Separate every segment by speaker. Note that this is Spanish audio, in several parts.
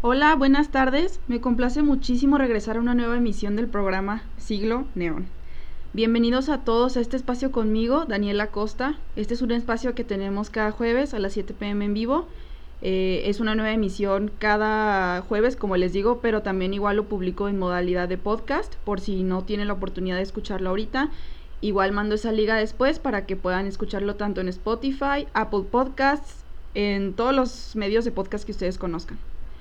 Speaker 1: Hola, buenas tardes. Me complace muchísimo regresar a una nueva emisión del programa Siglo Neón. Bienvenidos a todos a este espacio conmigo, Daniela Costa. Este es un espacio que tenemos cada jueves a las 7 p.m. en vivo. Es una nueva emisión cada jueves, como les digo, pero también igual lo publico en modalidad de podcast, por si no tienen la oportunidad de escucharlo ahorita. Igual mando esa liga después para que puedan escucharlo tanto en Spotify, Apple Podcasts, en todos los medios de podcast que ustedes conozcan.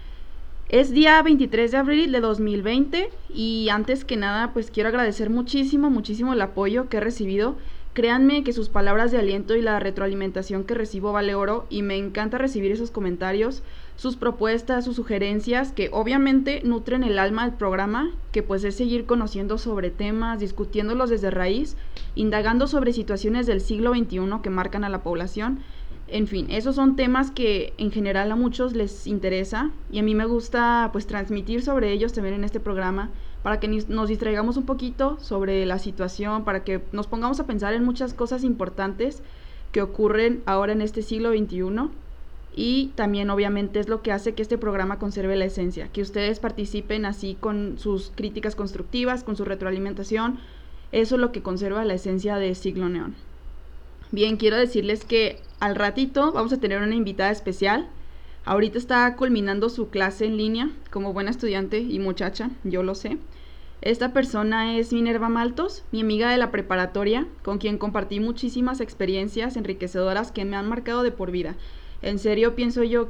Speaker 1: Es día 23 de abril de 2020 y antes que nada pues quiero agradecer muchísimo el apoyo que he recibido. Créanme que sus palabras de aliento y la retroalimentación que recibo vale oro y me encanta recibir esos comentarios, sus propuestas, sus sugerencias que obviamente nutren el alma del programa, que pues es seguir conociendo sobre temas, discutiéndolos desde raíz, indagando sobre situaciones del siglo XXI que marcan a la población. En fin, esos son temas que en general a muchos les interesa y a mí me gusta pues transmitir sobre ellos también en este programa para que nos distraigamos un poquito sobre la situación, para que nos pongamos a pensar en muchas cosas importantes que ocurren ahora en este siglo XXI y también obviamente es lo que hace que este programa conserve la esencia, que ustedes participen así con sus críticas constructivas, con su retroalimentación, eso es lo que conserva la esencia de Siglo Neón. Bien, quiero decirles que al ratito vamos a tener una invitada especial. Ahorita está culminando su clase en línea como buena estudiante y muchacha, yo lo sé. Esta persona es Minerva Maltos, mi amiga de la preparatoria, con quien compartí muchísimas experiencias enriquecedoras que me han marcado de por vida. En serio, pienso yo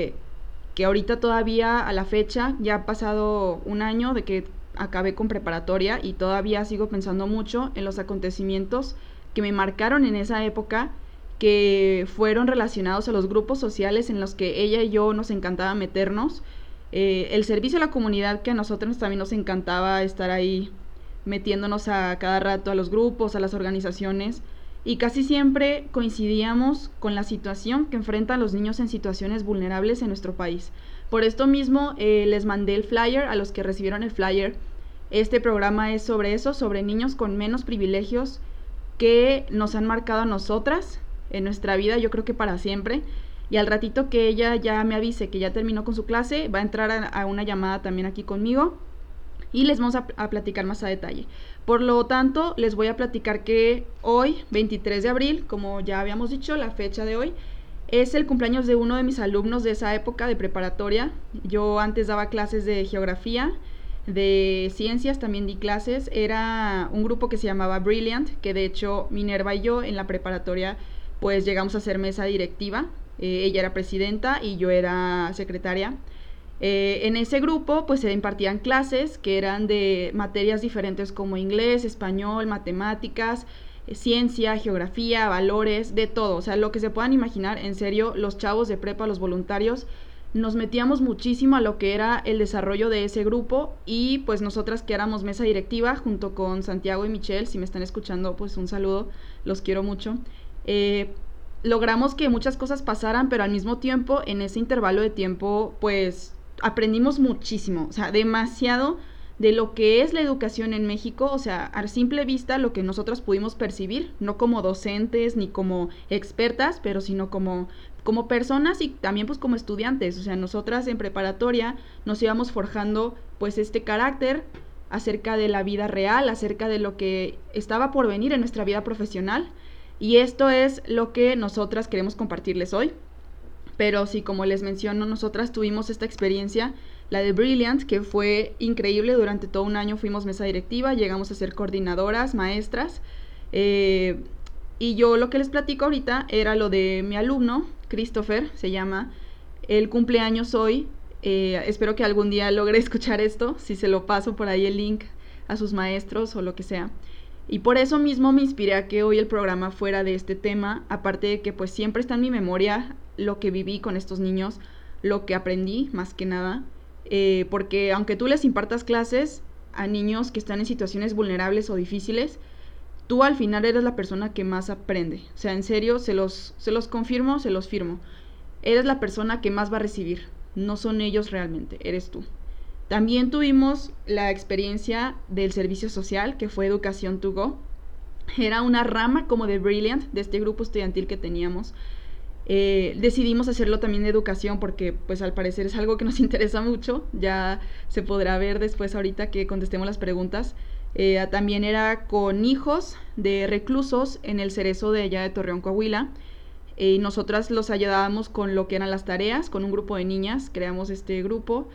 Speaker 1: que ahorita todavía a la fecha, ya ha pasado un año de que acabé con preparatoria y todavía sigo pensando mucho en los acontecimientos que me marcaron en esa época, que fueron relacionados a los grupos sociales en los que ella y yo nos encantaba meternos, el servicio a la comunidad que a nosotros también nos encantaba estar ahí metiéndonos a cada rato a los grupos, a las organizaciones, y casi siempre coincidíamos con la situación que enfrentan los niños en situaciones vulnerables en nuestro país. Por esto mismo les mandé el flyer a los que recibieron el flyer. Este programa es sobre eso, sobre niños con menos privilegios que nos han marcado a nosotras en nuestra vida, yo creo que para siempre. Y al ratito que ella ya me avise que ya terminó con su clase, va a entrar a una llamada también aquí conmigo y les vamos a platicar más a detalle. Por lo tanto, les voy a platicar que hoy, 23 de abril, como ya habíamos dicho, la fecha de hoy, es el cumpleaños de uno de mis alumnos de esa época de preparatoria. Yo antes daba clases de geografía, de ciencias, también di clases. Era un grupo que se llamaba Brilliant, que de hecho Minerva y yo en la preparatoria pues llegamos a ser mesa directiva. Ella era presidenta y yo era secretaria. En ese grupo pues se impartían clases que eran de materias diferentes como inglés, español, matemáticas, ciencia, geografía, valores, de todo, o sea, lo que se puedan imaginar. En serio, los chavos de prepa, los voluntarios, nos metíamos muchísimo a lo que era el desarrollo de ese grupo y pues nosotras que éramos mesa directiva junto con Santiago y Michelle, si me están escuchando pues un saludo, los quiero mucho. Logramos que muchas cosas pasaran, pero al mismo tiempo en ese intervalo de tiempo pues aprendimos muchísimo, o sea, demasiado de lo que es la educación en México, o sea, a simple vista lo que nosotros pudimos percibir, no como docentes ni como expertas, pero sino como personas y también pues como estudiantes. O sea, nosotras en preparatoria nos íbamos forjando pues este carácter acerca de la vida real, acerca de lo que estaba por venir en nuestra vida profesional, y esto es lo que nosotras queremos compartirles hoy. Pero sí, como les menciono, nosotras tuvimos esta experiencia, la de Brilliant, que fue increíble. Durante todo un año fuimos mesa directiva, llegamos a ser coordinadoras, maestras. Y yo lo que les platico ahorita era lo de mi alumno, Christopher, se llama. Él cumpleaños hoy. Espero que algún día logre escuchar esto, si se lo paso por ahí el link a sus maestros o lo que sea. Y por eso mismo me inspiré a que hoy el programa fuera de este tema, aparte de que pues siempre está en mi memoria lo que viví con estos niños, lo que aprendí más que nada, porque aunque tú les impartas clases a niños que están en situaciones vulnerables o difíciles, tú al final eres la persona que más aprende. O sea, en serio, se los confirmo, se los firmo. Eres la persona que más va a recibir, no son ellos realmente, eres tú. También tuvimos la experiencia del servicio social, que fue Educación to Go. Era una rama como de Brilliant, de este grupo estudiantil que teníamos. Decidimos hacerlo también de educación porque pues al parecer es algo que nos interesa mucho, ya se podrá ver después ahorita que contestemos las preguntas. También era con hijos de reclusos en el Cerezo de allá de Torreón, Coahuila. Nosotras los ayudábamos con lo que eran las tareas, con un grupo de niñas, creamos este grupo,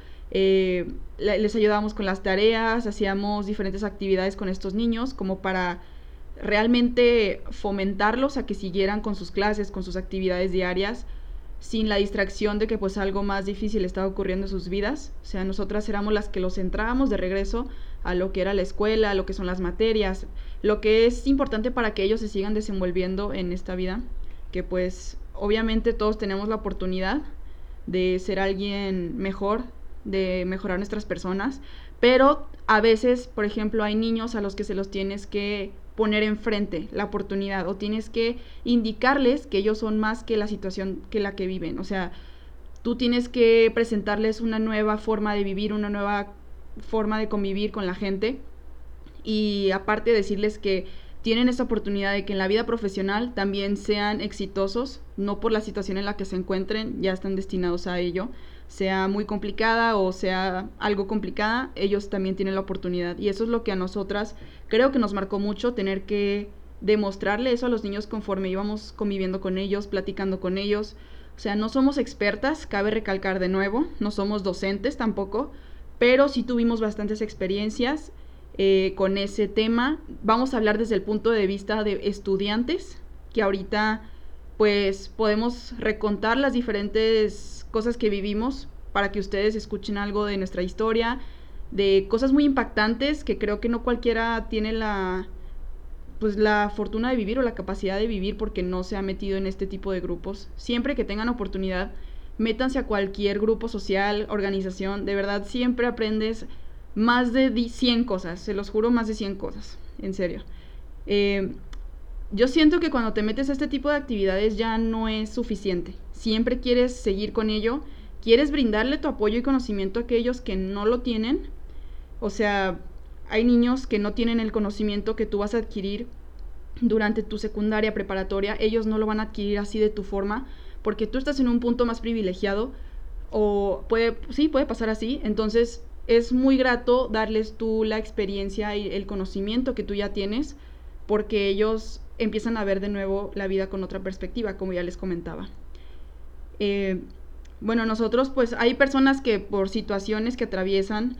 Speaker 1: les ayudábamos con las tareas, hacíamos diferentes actividades con estos niños como para realmente fomentarlos a que siguieran con sus clases, con sus actividades diarias, sin la distracción de que pues algo más difícil estaba ocurriendo en sus vidas. O sea, nosotras éramos las que los centrábamos de regreso a lo que era la escuela, a lo que son las materias, lo que es importante para que ellos se sigan desenvolviendo en esta vida, que pues obviamente todos tenemos la oportunidad de ser alguien mejor, de mejorar nuestras personas, pero a veces, por ejemplo, hay niños a los que se los tienes que poner enfrente la oportunidad o tienes que indicarles que ellos son más que la situación que la que viven. O sea, tú tienes que presentarles una nueva forma de vivir, una nueva forma de convivir con la gente y aparte decirles que tienen esta oportunidad de que en la vida profesional también sean exitosos, no por la situación en la que se encuentren, ya están destinados a ello, sea muy complicada o sea algo complicada, ellos también tienen la oportunidad. Y eso es lo que a nosotras creo que nos marcó mucho, tener que demostrarle eso a los niños conforme íbamos conviviendo con ellos, platicando con ellos. O sea, no somos expertas, cabe recalcar de nuevo, no somos docentes tampoco, pero sí tuvimos bastantes experiencias con ese tema. Vamos a hablar desde el punto de vista de estudiantes, que ahorita pues podemos recontar las diferentes cosas que vivimos para que ustedes escuchen algo de nuestra historia, de cosas muy impactantes que creo que no cualquiera tiene la fortuna de vivir o la capacidad de vivir porque no se ha metido en este tipo de grupos. Siempre que tengan oportunidad, métanse a cualquier grupo social, organización, de verdad siempre aprendes más de 100 cosas, se los juro, más de 100 cosas, en serio. Yo siento que cuando te metes a este tipo de actividades ya no es suficiente, siempre quieres seguir con ello, quieres brindarle tu apoyo y conocimiento a aquellos que no lo tienen. O sea, hay niños que no tienen el conocimiento que tú vas a adquirir durante tu secundaria, preparatoria, ellos no lo van a adquirir así de tu forma, porque tú estás en un punto más privilegiado, o puede pasar así. Entonces es muy grato darles tú la experiencia y el conocimiento que tú ya tienes, porque ellos empiezan a ver de nuevo la vida con otra perspectiva, como ya les comentaba. Bueno, nosotros pues hay personas que por situaciones que atraviesan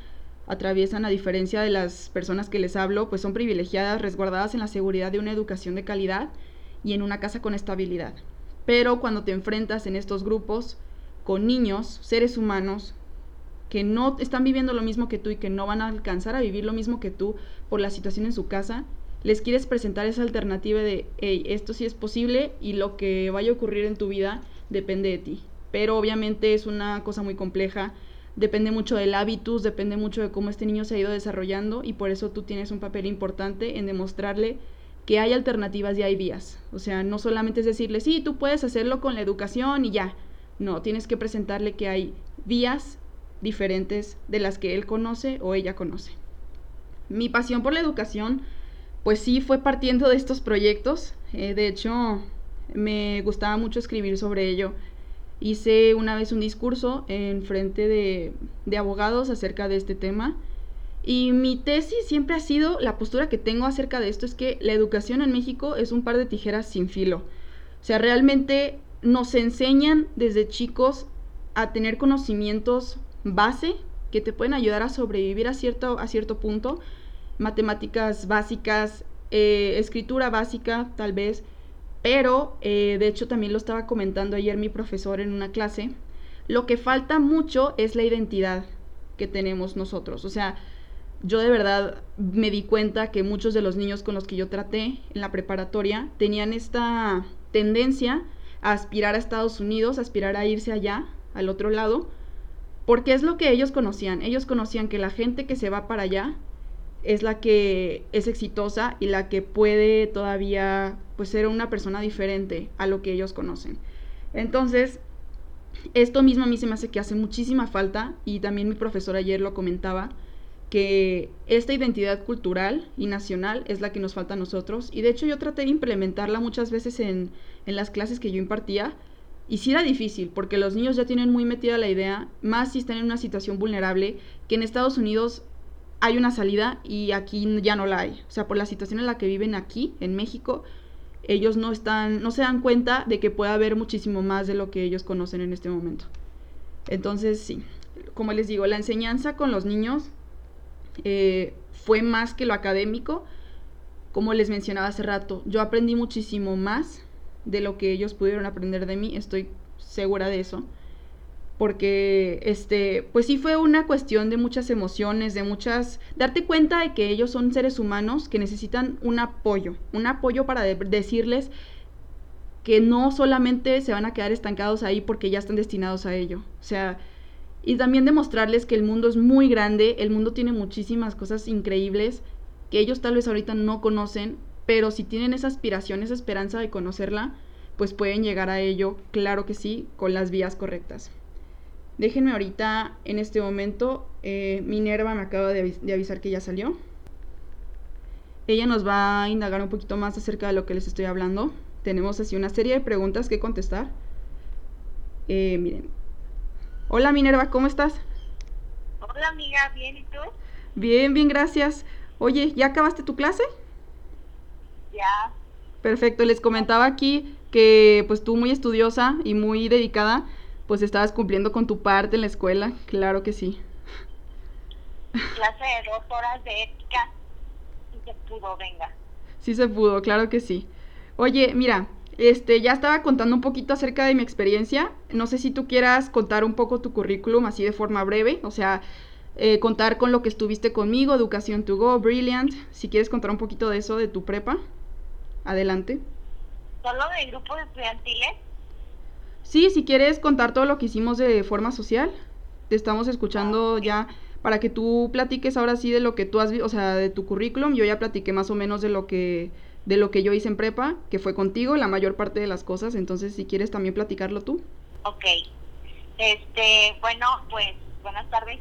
Speaker 1: a diferencia de las personas que les hablo, pues son privilegiadas, resguardadas en la seguridad de una educación de calidad y en una casa con estabilidad. Pero cuando te enfrentas en estos grupos con niños, seres humanos, que no están viviendo lo mismo que tú y que no van a alcanzar a vivir lo mismo que tú por la situación en su casa, les quieres presentar esa alternativa de, hey, esto sí es posible y lo que vaya a ocurrir en tu vida depende de ti. Pero obviamente es una cosa muy compleja, depende mucho del hábitus, depende mucho de cómo este niño se ha ido desarrollando y por eso tú tienes un papel importante en demostrarle que hay alternativas y hay vías. O sea, no solamente es decirle, sí, tú puedes hacerlo con la educación y ya. No, tienes que presentarle que hay vías diferentes de las que él conoce o ella conoce. Mi pasión por la educación, pues sí, fue partiendo de estos proyectos. De hecho, me gustaba mucho escribir sobre ello. Hice una vez un discurso en frente de abogados acerca de este tema y mi tesis siempre ha sido, la postura que tengo acerca de esto es que la educación en México es un par de tijeras sin filo. O sea, realmente nos enseñan desde chicos a tener conocimientos base que te pueden ayudar a sobrevivir a cierto punto, matemáticas básicas, escritura básica tal vez, pero de hecho también lo estaba comentando ayer mi profesor en una clase, lo que falta mucho es la identidad que tenemos nosotros. O sea, yo de verdad me di cuenta que muchos de los niños con los que yo traté en la preparatoria tenían esta tendencia a aspirar a Estados Unidos, a aspirar a irse allá, al otro lado, porque es lo que ellos conocían. Ellos conocían que la gente que se va para allá es la que es exitosa y la que puede todavía pues ser una persona diferente a lo que ellos conocen. Entonces, esto mismo a mí se me hace que hace muchísima falta y también mi profesor ayer lo comentaba, que esta identidad cultural y nacional es la que nos falta a nosotros y de hecho yo traté de implementarla muchas veces en las clases que yo impartía, Y sí era difícil, porque los niños ya tienen muy metida la idea, más si están en una situación vulnerable, que en Estados Unidos hay una salida y aquí ya no la hay. O sea, por la situación en la que viven aquí, en México, ellos no se dan cuenta de que puede haber muchísimo más de lo que ellos conocen en este momento. Entonces, sí, como les digo, la enseñanza con los niños fue más que lo académico. Como les mencionaba hace rato, yo aprendí muchísimo más de lo que ellos pudieron aprender de mí, estoy segura de eso. Porque pues sí fue una cuestión de muchas emociones, darte cuenta de que ellos son seres humanos que necesitan un apoyo para decirles que no solamente se van a quedar estancados ahí porque ya están destinados a ello. O sea, y también demostrarles que el mundo es muy grande, el mundo tiene muchísimas cosas increíbles que ellos tal vez ahorita no conocen, pero si tienen esa aspiración, esa esperanza de conocerla, pues pueden llegar a ello, claro que sí, con las vías correctas. Déjenme ahorita, en este momento, Minerva me acaba de avisar que ya salió. Ella nos va a indagar un poquito más acerca de lo que les estoy hablando. Tenemos así una serie de preguntas que contestar. Miren. Hola Minerva, ¿cómo estás?
Speaker 2: Hola amiga, ¿bien y tú?
Speaker 1: Bien, bien, gracias. Oye, ¿ya acabaste tu clase?
Speaker 2: Ya,
Speaker 1: Perfecto, les comentaba aquí que pues tú muy estudiosa y muy dedicada, pues estabas cumpliendo con tu parte en la escuela, claro que sí.
Speaker 2: clase de 2 horas de ética y se pudo, venga.
Speaker 1: Sí se pudo, claro que sí. Oye, mira, ya estaba contando un poquito acerca de mi experiencia. No sé si tú quieras contar un poco tu currículum así de forma breve, o sea, contar con lo que estuviste conmigo, Educación to Go, Brilliant. Si quieres contar un poquito de eso, de tu prepa, adelante.
Speaker 2: ¿Solo de grupos estudiantiles?
Speaker 1: Sí, si quieres contar todo lo que hicimos de forma social, te estamos
Speaker 2: Ah,
Speaker 1: escuchando
Speaker 2: ok.
Speaker 1: ya para que tú platiques ahora sí de lo que tú has visto, o sea, de tu currículum. Yo ya platiqué más o menos de lo que yo hice en prepa, que fue contigo la mayor parte de las cosas, entonces si quieres también platicarlo tú.
Speaker 2: Ok, bueno, pues buenas tardes.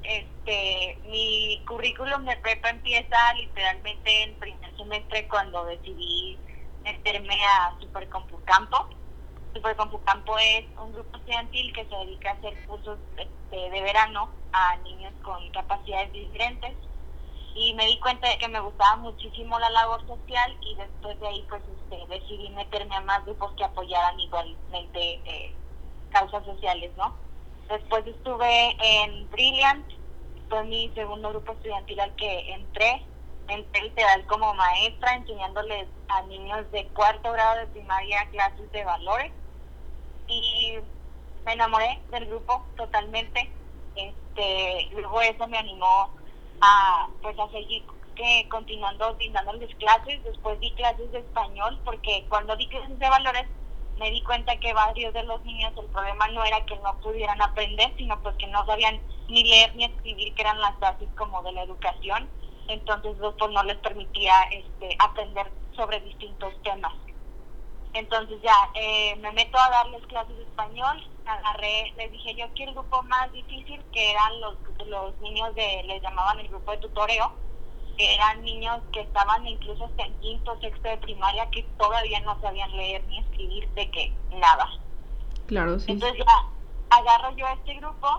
Speaker 2: Mi currículum de prepa empieza literalmente en primer semestre cuando decidí meterme a Supercompucampo. Supercompucampo es un grupo estudiantil que se dedica a hacer cursos de verano a niños con capacidades diferentes y me di cuenta de que me gustaba muchísimo la labor social y después de ahí pues decidí meterme a más grupos que apoyaran igualmente causas sociales, ¿no? Después estuve en Brilliant, fue mi segundo grupo estudiantil al que entré literal como maestra enseñándoles a niños de 4º grado de primaria clases de valores y me enamoré del grupo totalmente. Luego eso me animó a seguir continuando brindándoles clases. Después di clases de español porque cuando di clases de valores me di cuenta que varios de los niños el problema no era que no pudieran aprender, sino pues que no sabían ni leer ni escribir, que eran las bases como de la educación. Entonces pues no les permitía aprender sobre distintos temas. Entonces ya me meto a darles clases de español, les dije yo quiero el grupo más difícil, que eran los niños les llamaban el grupo de tutoreo, que eran niños que estaban incluso hasta en quinto, sexto de primaria, que todavía no sabían leer ni escribir de que nada.
Speaker 1: Claro, sí.
Speaker 2: Entonces ya agarro yo a este grupo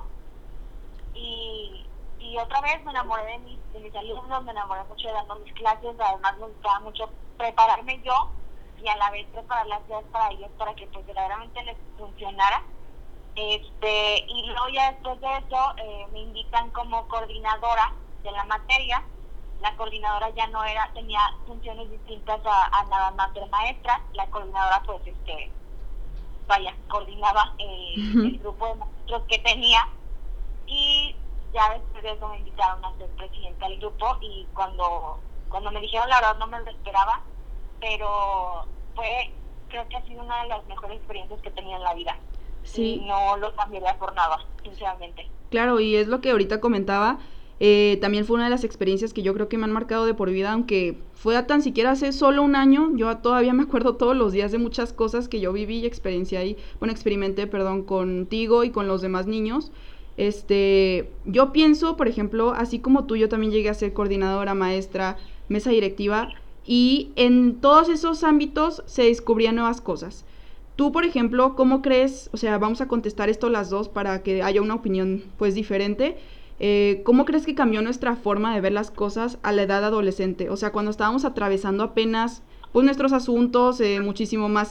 Speaker 2: y otra vez me enamoré de mis alumnos, me enamoré mucho de dando mis clases, además me gustaba mucho prepararme yo y a la vez preparar las clases para ellos para que pues verdaderamente les funcionara. Y luego ya después de eso me invitan como coordinadora de la materia. La coordinadora ya no tenía funciones distintas a nada más ser maestra. La coordinadora pues coordinaba el grupo de maestros que tenía y ya después de eso me invitaron a ser presidenta del grupo y cuando me dijeron la verdad no me lo esperaba, pero creo que ha sido una de las mejores experiencias que he tenido en la vida y
Speaker 1: Sí,
Speaker 2: no lo cambiaría por nada, sinceramente.
Speaker 1: claro, y es lo que ahorita comentaba. También fue una de las experiencias que yo creo que me han marcado de por vida, aunque fue tan siquiera hace solo un año. Yo todavía me acuerdo todos los días de muchas cosas que yo viví y experiencié ahí, bueno, experimenté, perdón, contigo y con los demás niños. Yo pienso, por ejemplo, así como tú, yo también llegué a ser coordinadora, maestra, mesa directiva, y en todos esos ámbitos se descubrían nuevas cosas. Tú, por ejemplo, ¿cómo crees? O sea, vamos a contestar esto las dos para que haya una opinión pues diferente. ¿Cómo crees que cambió nuestra forma de ver las cosas a la edad adolescente? O sea, cuando estábamos atravesando apenas pues nuestros asuntos, muchísimo más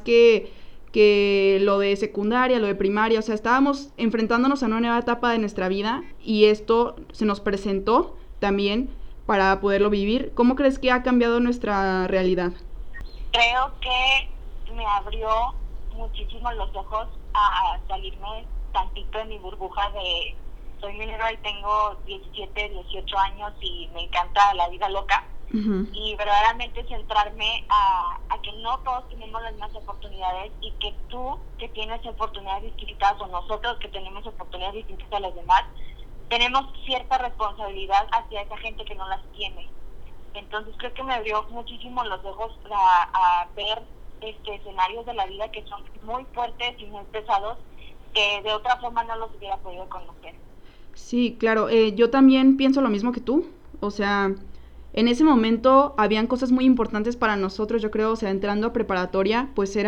Speaker 1: que lo de secundaria, lo de primaria, o sea, estábamos enfrentándonos a una nueva etapa de nuestra vida y esto se nos presentó también para poderlo vivir. ¿Cómo crees que ha cambiado nuestra realidad?
Speaker 2: Creo que me abrió muchísimo los ojos a salirme tantito de mi burbuja de soy minero y tengo 17, 18 años y me encanta la vida loca.
Speaker 1: Uh-huh.
Speaker 2: Y verdaderamente centrarme a que no todos tenemos las mismas oportunidades y que tú que tienes oportunidades distintas o nosotros que tenemos oportunidades distintas a los demás, tenemos cierta responsabilidad hacia esa gente que no las tiene. Entonces creo que me abrió muchísimo los ojos a ver escenarios de la vida que son muy fuertes y muy pesados que de otra forma no los hubiera podido conocer.
Speaker 1: Sí, claro, yo también pienso lo mismo que tú, o sea, en ese momento habían cosas muy importantes para nosotros, yo creo, o sea, entrando a preparatoria, pues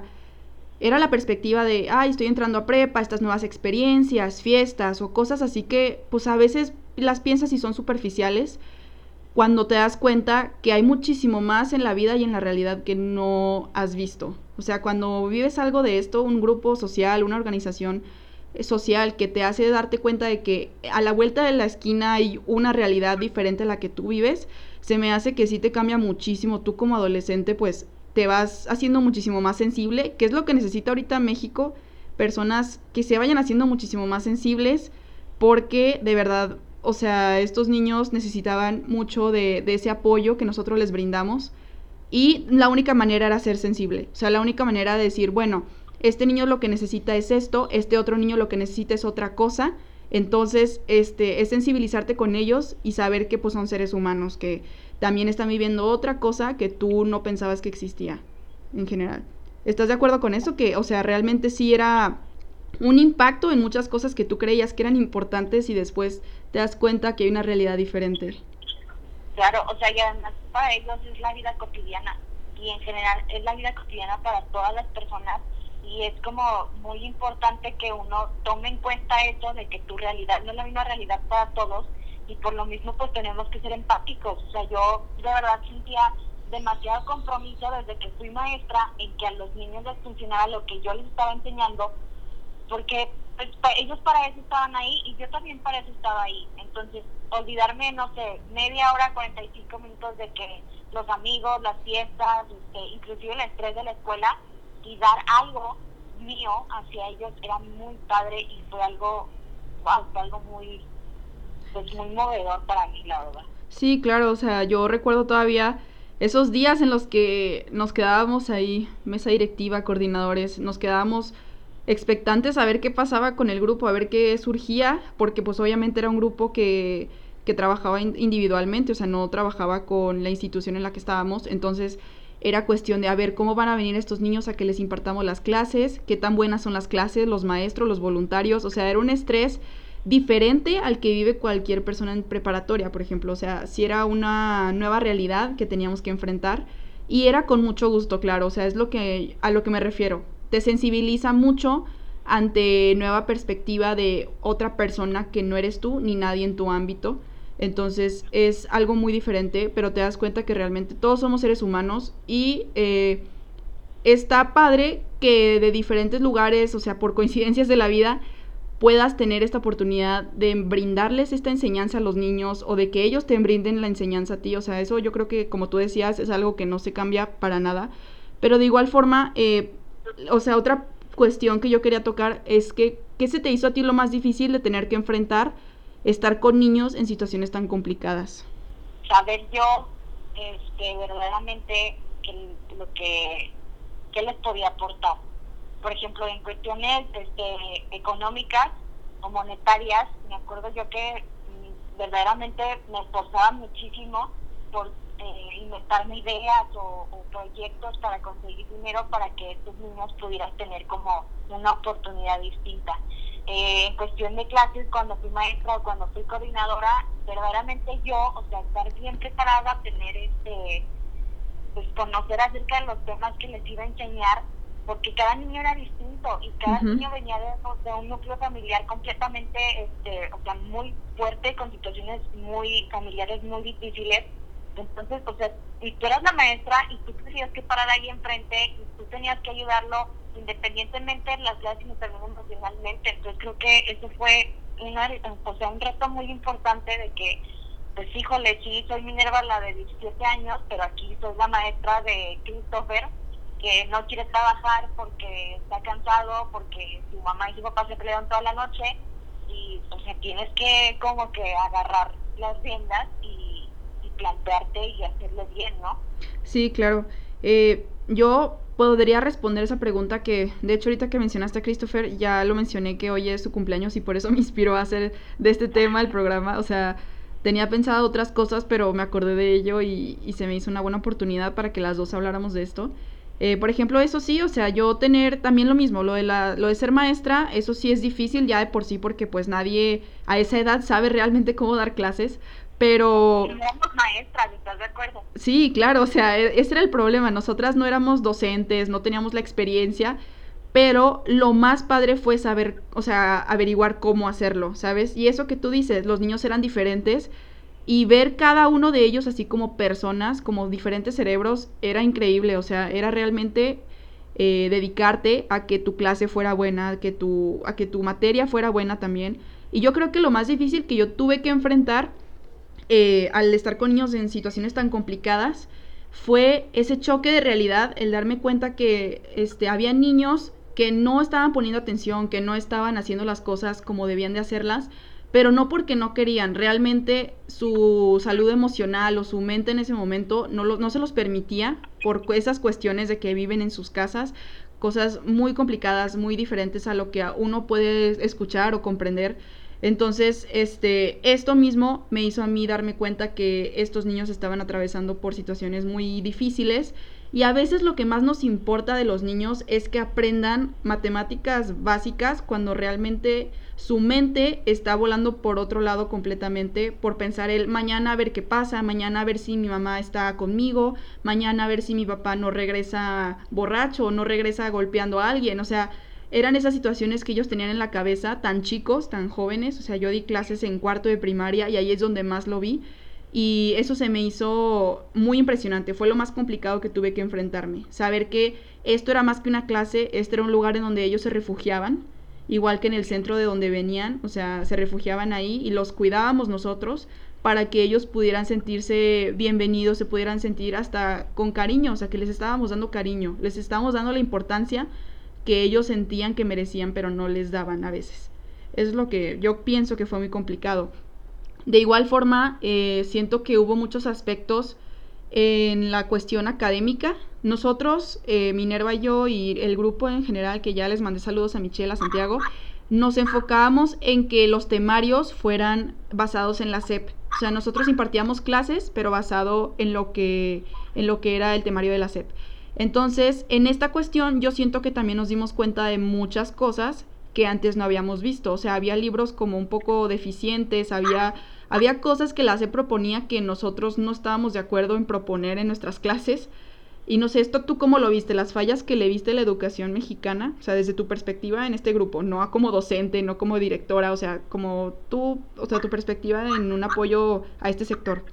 Speaker 1: era la perspectiva de, ay, estoy entrando a prepa, estas nuevas experiencias, fiestas o cosas así que, pues a veces las piensas y son superficiales, cuando te das cuenta que hay muchísimo más en la vida y en la realidad que no has visto. O sea, cuando vives algo de esto, un grupo social, una organización social que te hace darte cuenta de que a la vuelta de la esquina hay una realidad diferente a la que tú vives, se me hace que sí te cambia muchísimo. Tú como adolescente, pues te vas haciendo muchísimo más sensible, que es lo que necesita ahorita México, personas que se vayan haciendo muchísimo más sensibles, porque de verdad, o sea, estos niños necesitaban mucho de ese apoyo que nosotros les brindamos y la única manera era ser sensible, o sea, la única manera de decir, bueno, este niño lo que necesita es esto, este otro niño lo que necesita es otra cosa, entonces es sensibilizarte con ellos y saber que pues son seres humanos, que también están viviendo otra cosa que tú no pensabas que existía en general. ¿Estás de acuerdo con eso? Que, o sea, realmente sí era un impacto en muchas cosas que tú creías que eran importantes y después te das cuenta que hay una realidad diferente.
Speaker 2: Claro, o sea, y además para ellos es la vida cotidiana y en general es la vida cotidiana para todas las personas y es como muy importante que uno tome en cuenta eso de que tu realidad no es la misma realidad para todos y por lo mismo pues tenemos que ser empáticos. O sea, yo de verdad sentía demasiado compromiso desde que fui maestra en que a los niños les funcionara lo que yo les estaba enseñando porque pues, ellos para eso estaban ahí y yo también para eso estaba ahí. Entonces, olvidarme, no sé, media hora, 45 minutos de que los amigos, las fiestas, inclusive el estrés de la escuela y dar algo mío hacia ellos era muy padre y fue algo, wow, fue algo muy, pues muy movedor para mí, la verdad.
Speaker 1: Sí, claro, o sea, yo recuerdo todavía esos días en los que nos quedábamos ahí, mesa directiva, coordinadores, nos quedábamos expectantes a ver qué pasaba con el grupo, a ver qué surgía, porque pues obviamente era un grupo que trabajaba individualmente, o sea, no trabajaba con la institución en la que estábamos, entonces era cuestión de a ver cómo van a venir estos niños a que les impartamos las clases, qué tan buenas son las clases, los maestros, los voluntarios, o sea, era un estrés diferente al que vive cualquier persona en preparatoria, por ejemplo, o sea, si era una nueva realidad que teníamos que enfrentar y era con mucho gusto, claro, o sea, es lo que a lo que me refiero. Te sensibiliza mucho ante nueva perspectiva de otra persona que no eres tú ni nadie en tu ámbito. Entonces es algo muy diferente, pero te das cuenta que realmente todos somos seres humanos y está padre que de diferentes lugares, o sea, por coincidencias de la vida, puedas tener esta oportunidad de brindarles esta enseñanza a los niños o de que ellos te brinden la enseñanza a ti. O sea, eso yo creo que, como tú decías, es algo que no se cambia para nada. Pero de igual forma, o sea, otra cuestión que yo quería tocar es que, ¿qué se te hizo a ti lo más difícil de tener que enfrentar estar con niños en situaciones tan complicadas?
Speaker 2: Saber yo verdaderamente lo que les podía aportar. Por ejemplo, en cuestiones económicas o monetarias, me acuerdo yo que verdaderamente me esforzaba muchísimo por inventarme ideas o proyectos para conseguir dinero para que estos niños pudieran tener como una oportunidad distinta. En cuestión de clases, cuando fui maestra o cuando fui coordinadora, verdaderamente yo, o sea, estar bien preparada, tener pues conocer acerca de los temas que les iba a enseñar porque cada niño era distinto y cada
Speaker 1: Ujú.
Speaker 2: niño venía de un núcleo familiar completamente, o sea, muy fuerte, con situaciones muy familiares muy difíciles. Entonces, o sea, y tú eras la maestra y tú tenías que parar ahí enfrente y tú tenías que ayudarlo independientemente de las clases, sino también emocionalmente. Entonces creo que eso fue un reto muy importante de que, pues híjole, sí, soy Minerva, la de 17 años, pero aquí soy la maestra de Christopher, que no quiere trabajar porque está cansado, porque su mamá y su papá se pelearon toda la noche, y o sea, tienes que como que agarrar las riendas y plantearte y hacerlo bien, ¿no?
Speaker 1: Sí, claro. Yo podría responder esa pregunta que, de hecho, ahorita que mencionaste a Christopher, ya lo mencioné que hoy es su cumpleaños y por eso me inspiró a hacer de este tema el programa. O sea, tenía pensado otras cosas, pero me acordé de ello y se me hizo una buena oportunidad para que las dos habláramos de esto. Por ejemplo, eso sí, o sea, yo tener también lo mismo, lo de ser maestra, eso sí es difícil ya de por sí porque pues nadie a esa edad sabe realmente cómo dar clases,
Speaker 2: Y
Speaker 1: pero
Speaker 2: somos maestras, ¿estás de acuerdo?
Speaker 1: sí, claro, o sea, ese era el problema. Nosotras no éramos docentes, no teníamos la experiencia, pero lo más padre fue saber, o sea, averiguar cómo hacerlo, ¿sabes? Y eso que tú dices, los niños eran diferentes y ver cada uno de ellos así como personas, como diferentes cerebros, era increíble, o sea, era realmente dedicarte a que tu clase fuera buena, a que tu materia fuera buena también. Y yo creo que lo más difícil que yo tuve que enfrentar al estar con niños en situaciones tan complicadas fue ese choque de realidad, el darme cuenta que había niños que no estaban poniendo atención, que no estaban haciendo las cosas como debían de hacerlas, pero no porque no querían, realmente su salud emocional o su mente en ese momento no se los permitía por esas cuestiones de que viven en sus casas, cosas muy complicadas, muy diferentes a lo que uno puede escuchar o comprender. Entonces, esto mismo me hizo a mí darme cuenta que estos niños estaban atravesando por situaciones muy difíciles y a veces lo que más nos importa de los niños es que aprendan matemáticas básicas cuando realmente su mente está volando por otro lado completamente, por pensar el mañana a ver qué pasa, mañana a ver si mi mamá está conmigo, mañana a ver si mi papá no regresa borracho o no regresa golpeando a alguien, o sea, eran esas situaciones que ellos tenían en la cabeza, tan chicos, tan jóvenes, o sea, yo di clases en cuarto de primaria y ahí es donde más lo vi y eso se me hizo muy impresionante, fue lo más complicado que tuve que enfrentarme, saber que esto era más que una clase, este era un lugar en donde ellos se refugiaban, igual que en el centro de donde venían, o sea, se refugiaban ahí y los cuidábamos nosotros para que ellos pudieran sentirse bienvenidos, se pudieran sentir hasta con cariño, o sea, que les estábamos dando cariño, les estábamos dando la importancia que ellos sentían que merecían, pero no les daban a veces. Eso es lo que yo pienso que fue muy complicado. De igual forma, siento que hubo muchos aspectos en la cuestión académica. Nosotros, Minerva y yo y el grupo en general, que ya les mandé saludos a Michelle, a Santiago, nos enfocábamos en que los temarios fueran basados en la SEP. O sea, nosotros impartíamos clases, pero basado en lo que era el temario de la SEP. Entonces, en esta cuestión yo siento que también nos dimos cuenta de muchas cosas que antes no habíamos visto. O sea, había libros como un poco deficientes, había cosas que la SEP proponía que nosotros no estábamos de acuerdo en proponer en nuestras clases. Y no sé, esto tú cómo lo viste, las fallas que le viste a la educación mexicana, o sea, desde tu perspectiva en este grupo, no como docente, no como directora, o sea, como tú, o sea, tu perspectiva en un apoyo a este sector.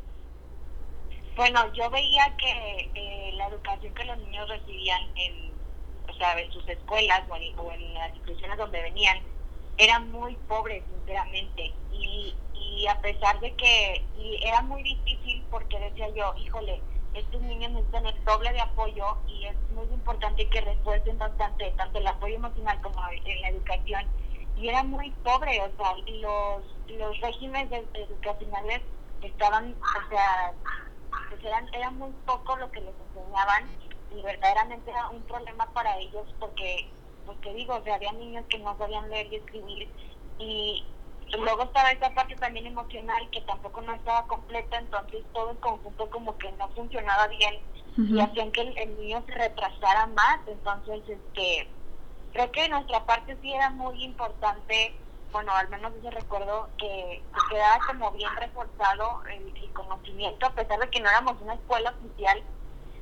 Speaker 2: Bueno, yo veía que la educación que los niños recibían o sea, en sus escuelas o en las instituciones donde venían era muy pobre, sinceramente. Y a pesar de que era muy difícil porque decía yo, híjole, estos niños necesitan el doble de apoyo y es muy importante que refuercen bastante tanto el apoyo emocional como en la educación. Y era muy pobre, o sea, los regímenes educacionales estaban, o sea, pues era muy poco lo que les enseñaban y verdaderamente era un problema para ellos porque, pues te digo, o sea, había niños que no sabían leer y escribir y luego estaba esa parte también emocional que tampoco no estaba completa, entonces todo en conjunto como que no funcionaba bien y
Speaker 1: Ujú.
Speaker 2: hacían que el niño se retrasara más, entonces creo que de nuestra parte sí era muy importante, bueno, al menos ese recuerdo que quedaba como bien reforzado el conocimiento, a pesar de que no éramos una escuela oficial,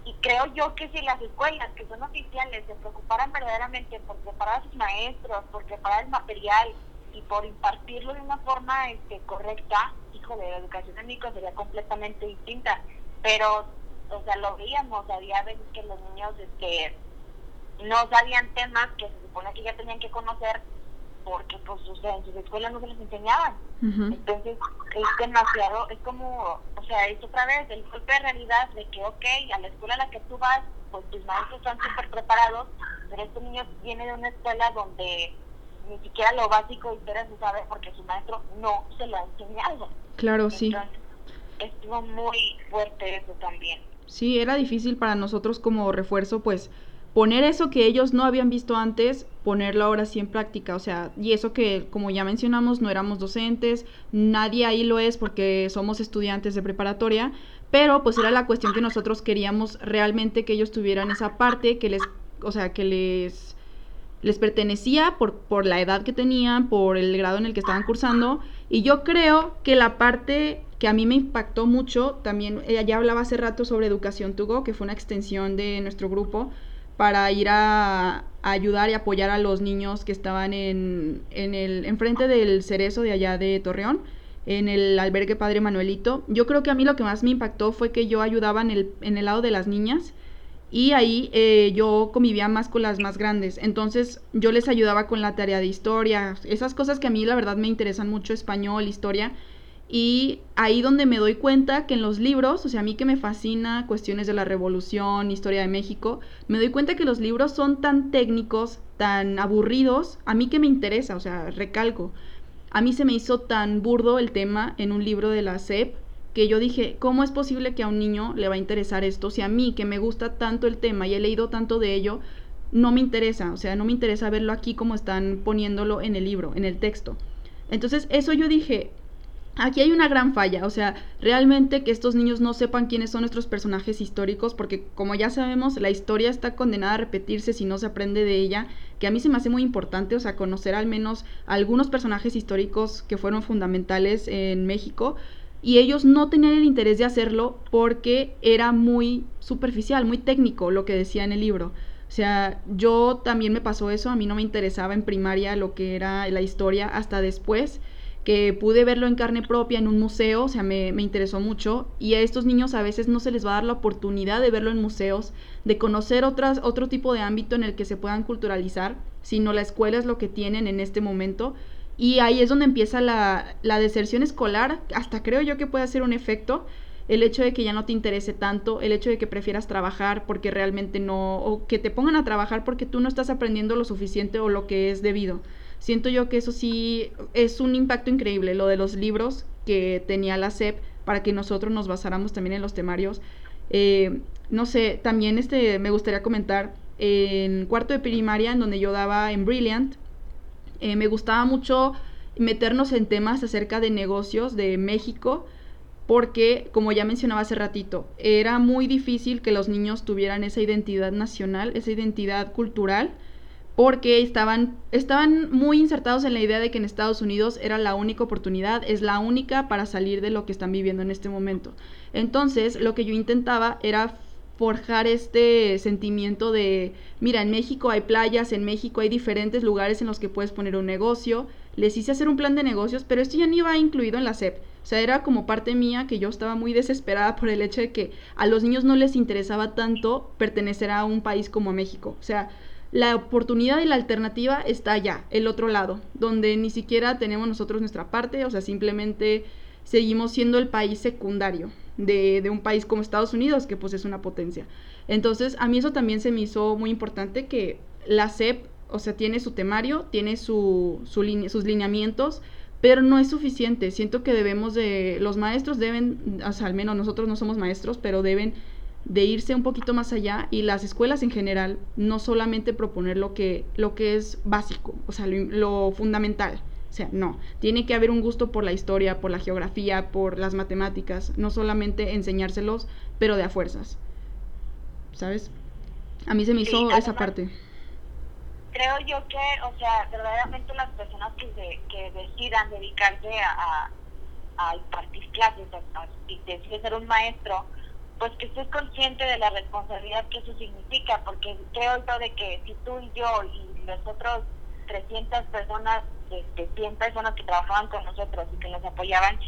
Speaker 2: y creo yo que si las escuelas que son oficiales se preocuparan verdaderamente por preparar a sus maestros, por preparar el material y por impartirlo de una forma correcta, híjole, la educación en México sería completamente distinta. Pero, o sea, lo veíamos, había veces que los niños no sabían temas que se supone que ya tenían que conocer porque pues o sea, en sus escuelas no se les enseñaban. Uh-huh. Entonces es demasiado, es como, o sea, es otra vez el golpe de realidad de que a la escuela a la que tú vas, pues tus maestros están súper preparados, pero este niño viene de una escuela donde ni siquiera lo básico y se sabe porque su maestro no se lo ha enseñado.
Speaker 1: Claro, entonces, sí.
Speaker 2: Estuvo muy fuerte eso también.
Speaker 1: Sí, era difícil para nosotros como refuerzo, pues, poner eso que ellos no habían visto antes, ponerlo ahora sí en práctica, o sea, y eso que, como ya mencionamos, no éramos docentes, nadie ahí lo es porque somos estudiantes de preparatoria, pero pues era la cuestión que nosotros queríamos realmente que ellos tuvieran esa parte, que les pertenecía por la edad que tenían, por el grado en el que estaban cursando, y yo creo que la parte que a mí me impactó mucho, también ella ya hablaba hace rato sobre Educación to Go, que fue una extensión de nuestro grupo, para ir a ayudar y apoyar a los niños que estaban enfrente del Cerezo de allá de Torreón, en el albergue Padre Manuelito. Yo creo que a mí lo que más me impactó fue que yo ayudaba en el lado de las niñas, y ahí yo convivía más con las más grandes, entonces yo les ayudaba con la tarea de historia, esas cosas que a mí la verdad me interesan mucho, español, historia. Y ahí donde me doy cuenta que en los libros, o sea, a mí que me fascina cuestiones de la Revolución, historia de México, me doy cuenta que los libros son tan técnicos, tan aburridos, a mí que me interesa, o sea, recalco. A mí se me hizo tan burdo el tema en un libro de la SEP que yo dije, ¿cómo es posible que a un niño le va a interesar esto? Si a mí, que me gusta tanto el tema y he leído tanto de ello, no me interesa, o sea, no me interesa verlo aquí como están poniéndolo en el libro, en el texto. Entonces, eso yo dije, aquí hay una gran falla, o sea, realmente que estos niños no sepan quiénes son nuestros personajes históricos, porque como ya sabemos, la historia está condenada a repetirse si no se aprende de ella, que a mí se me hace muy importante, o sea, conocer al menos algunos personajes históricos que fueron fundamentales en México, y ellos no tenían el interés de hacerlo porque era muy superficial, muy técnico lo que decía en el libro. O sea, yo también me pasó eso, a mí no me interesaba en primaria lo que era la historia hasta después, que pude verlo en carne propia en un museo, o sea, me interesó mucho, y a estos niños a veces no se les va a dar la oportunidad de verlo en museos, de conocer otro tipo de ámbito en el que se puedan culturalizar, sino la escuela es lo que tienen en este momento, y ahí es donde empieza la deserción escolar, hasta creo yo que puede ser un efecto, el hecho de que ya no te interese tanto, el hecho de que prefieras trabajar porque realmente no, o que te pongan a trabajar porque tú no estás aprendiendo lo suficiente o lo que es debido. Siento yo que eso sí es un impacto increíble, lo de los libros que tenía la SEP para que nosotros nos basáramos también en los temarios. No sé, también me gustaría comentar, en cuarto de primaria, en donde yo daba en Brilliant, me gustaba mucho meternos en temas acerca de negocios de México, porque, como ya mencionaba hace ratito, era muy difícil que los niños tuvieran esa identidad nacional, esa identidad cultural, porque estaban muy insertados en la idea de que en Estados Unidos era la única oportunidad, es la única para salir de lo que están viviendo en este momento. Entonces, lo que yo intentaba era forjar este sentimiento de, mira, en México hay playas, en México hay diferentes lugares en los que puedes poner un negocio. Les hice hacer un plan de negocios, pero esto ya no iba incluido en la SEP. O sea, era como parte mía, que yo estaba muy desesperada por el hecho de que a los niños no les interesaba tanto pertenecer a un país como México. O sea, la oportunidad y la alternativa está allá, el otro lado, donde ni siquiera tenemos nosotros nuestra parte, o sea, simplemente seguimos siendo el país secundario de un país como Estados Unidos, que pues es una potencia. Entonces, a mí eso también se me hizo muy importante, que la SEP, o sea, tiene su temario, tiene sus lineamientos, pero no es suficiente. Siento que los maestros deben, o sea, al menos nosotros no somos maestros, pero deben de irse un poquito más allá, y las escuelas en general no solamente proponer lo que es básico, o sea, lo fundamental. O sea, no, tiene que haber un gusto por la historia, por la geografía, por las matemáticas, no solamente enseñárselos, pero de a fuerzas, ¿sabes? A mí se me hizo esa parte.
Speaker 2: Creo yo que, o sea, verdaderamente las personas que decidan dedicarse a impartir clases, y deciden ser un maestro, pues que estés consciente de la responsabilidad que eso significa, porque creo yo de que si tú y yo y los otros 300 personas, 100 personas que trabajaban con nosotros y que nos apoyaban,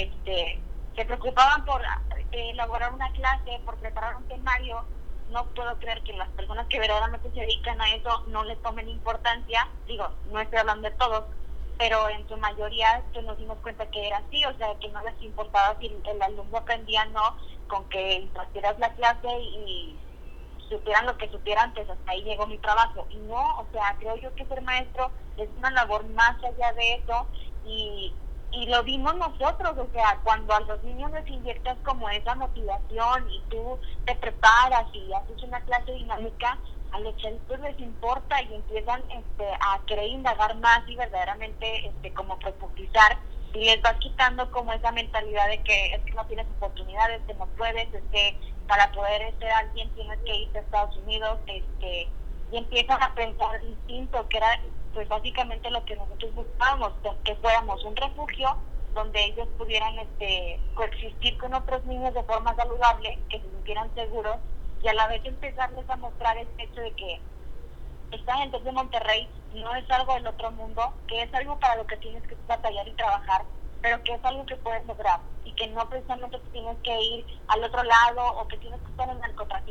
Speaker 2: se preocupaban por elaborar una clase, por preparar un temario, no puedo creer que las personas que verdaderamente se dedican a eso no le tomen importancia. Digo, no estoy hablando de todos, pero en su mayoría nos dimos cuenta que era así, o sea, que no les importaba si el alumno aprendía o no, con que impartieras la clase y supieran lo que supieran, pues hasta ahí llegó mi trabajo. Y no, o sea, creo yo que ser maestro es una labor más allá de eso, y lo vimos nosotros, o sea, cuando a los niños les inyectas como esa motivación y tú te preparas y haces una clase dinámica, a los chavitos les importa y empiezan a querer indagar más y verdaderamente como profundizar, y les vas quitando como esa mentalidad de que es que no tienes oportunidades, que no puedes, para poder ser alguien tienes que irte a Estados Unidos, y empiezan a pensar distinto, que era pues básicamente lo que nosotros buscábamos, que fuéramos un refugio donde ellos pudieran coexistir con otros niños de forma saludable, que se sintieran seguros, y a la vez empezarles a mostrar el hecho de que esta gente de Monterrey no es algo del otro mundo, que es algo para lo que tienes que batallar y trabajar, pero que es algo que puedes lograr, y que no precisamente tienes que ir al otro lado o que tienes que estar en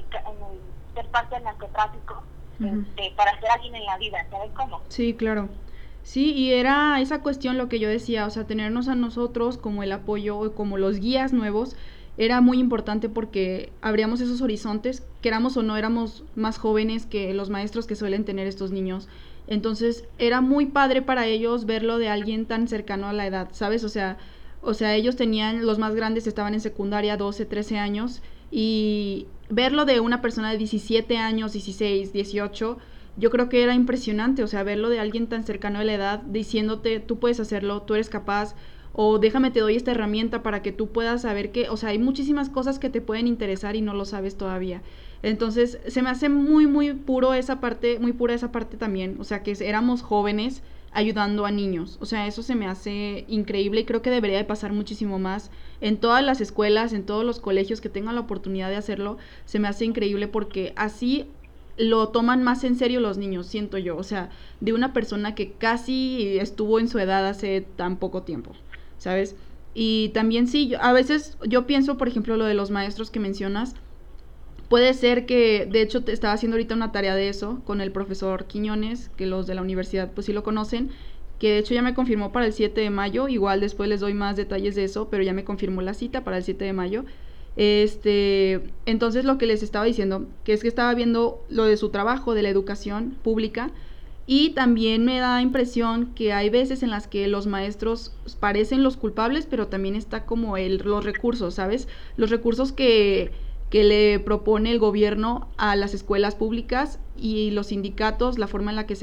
Speaker 2: ser parte del narcotráfico para ser alguien en la vida, ¿sabes cómo?
Speaker 1: Sí, claro. Sí, y era esa cuestión lo que yo decía, o sea, tenernos a nosotros como el apoyo o como los guías nuevos era muy importante porque abríamos esos horizontes, queramos o no, éramos más jóvenes que los maestros que suelen tener estos niños. Entonces, era muy padre para ellos verlo de alguien tan cercano a la edad, ¿sabes? O sea, ellos tenían, los más grandes estaban en secundaria, 12, 13 años, y verlo de una persona de 17 años, 16, 18, yo creo que era impresionante, o sea, verlo de alguien tan cercano a la edad diciéndote, tú puedes hacerlo, tú eres capaz, o déjame te doy esta herramienta para que tú puedas saber que, o sea, hay muchísimas cosas que te pueden interesar y no lo sabes todavía. Entonces, se me hace muy, muy puro esa parte, muy pura esa parte también, o sea, que éramos jóvenes ayudando a niños, o sea, eso se me hace increíble y creo que debería de pasar muchísimo más en todas las escuelas, en todos los colegios que tengan la oportunidad de hacerlo, se me hace increíble porque así lo toman más en serio los niños, siento yo, o sea, de una persona que casi estuvo en su edad hace tan poco tiempo, ¿sabes? Y también sí, a veces yo pienso, por ejemplo, lo de los maestros que mencionas, puede ser que, de hecho, te estaba haciendo ahorita una tarea de eso con el profesor Quiñones, que los de la universidad pues sí lo conocen, que de hecho ya me confirmó para el 7 de mayo, igual después les doy más detalles de eso, pero ya me confirmó la cita para el 7 de mayo. Entonces lo que les estaba diciendo, que es que estaba viendo lo de su trabajo, de la educación pública, y también me da impresión que hay veces en las que los maestros parecen los culpables, pero también está como los recursos, ¿sabes? Los recursos que le propone el gobierno a las escuelas públicas y los sindicatos, la forma en la que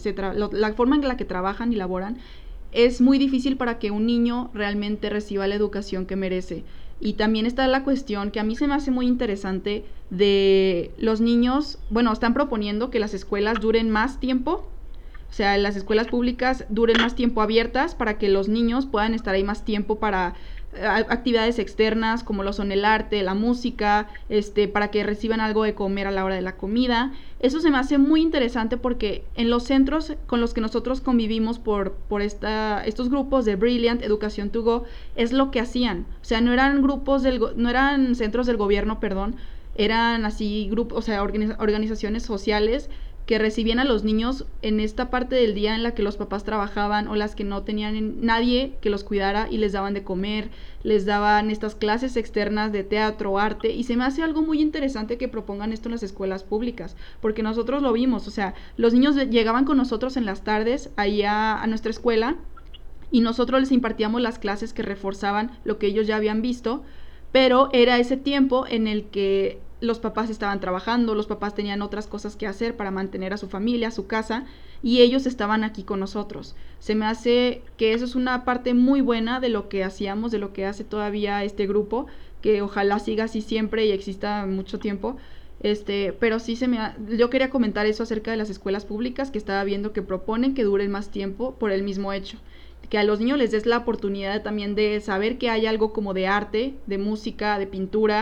Speaker 1: la forma en la que trabajan y laboran, es muy difícil para que un niño realmente reciba la educación que merece. Y también está la cuestión que a mí se me hace muy interesante de los niños, bueno, están proponiendo que las escuelas duren más tiempo, o sea, las escuelas públicas duren más tiempo abiertas para que los niños puedan estar ahí más tiempo para actividades externas como lo son el arte, la música, para que reciban algo de comer a la hora de la comida. Eso se me hace muy interesante porque en los centros con los que nosotros convivimos por estos grupos de Brilliant, Educación to Go, es lo que hacían. O sea, no eran no eran centros del gobierno, perdón, eran así grupos, o sea, organizaciones sociales que recibían a los niños en esta parte del día en la que los papás trabajaban o las que no tenían nadie que los cuidara y les daban de comer, les daban estas clases externas de teatro, arte, y se me hace algo muy interesante que propongan esto en las escuelas públicas, porque nosotros lo vimos, o sea, los niños llegaban con nosotros en las tardes ahí a nuestra escuela y nosotros les impartíamos las clases que reforzaban lo que ellos ya habían visto, pero era ese tiempo en el que los papás estaban trabajando, los papás tenían otras cosas que hacer para mantener a su familia, a su casa, y ellos estaban aquí con nosotros. Se me hace que eso es una parte muy buena de lo que hacíamos, de lo que hace todavía este grupo, que ojalá siga así siempre y exista mucho tiempo. Pero sí yo quería comentar eso acerca de las escuelas públicas, que estaba viendo que proponen que duren más tiempo por el mismo hecho, que a los niños les des la oportunidad también de saber que hay algo como de arte, de música, de pintura,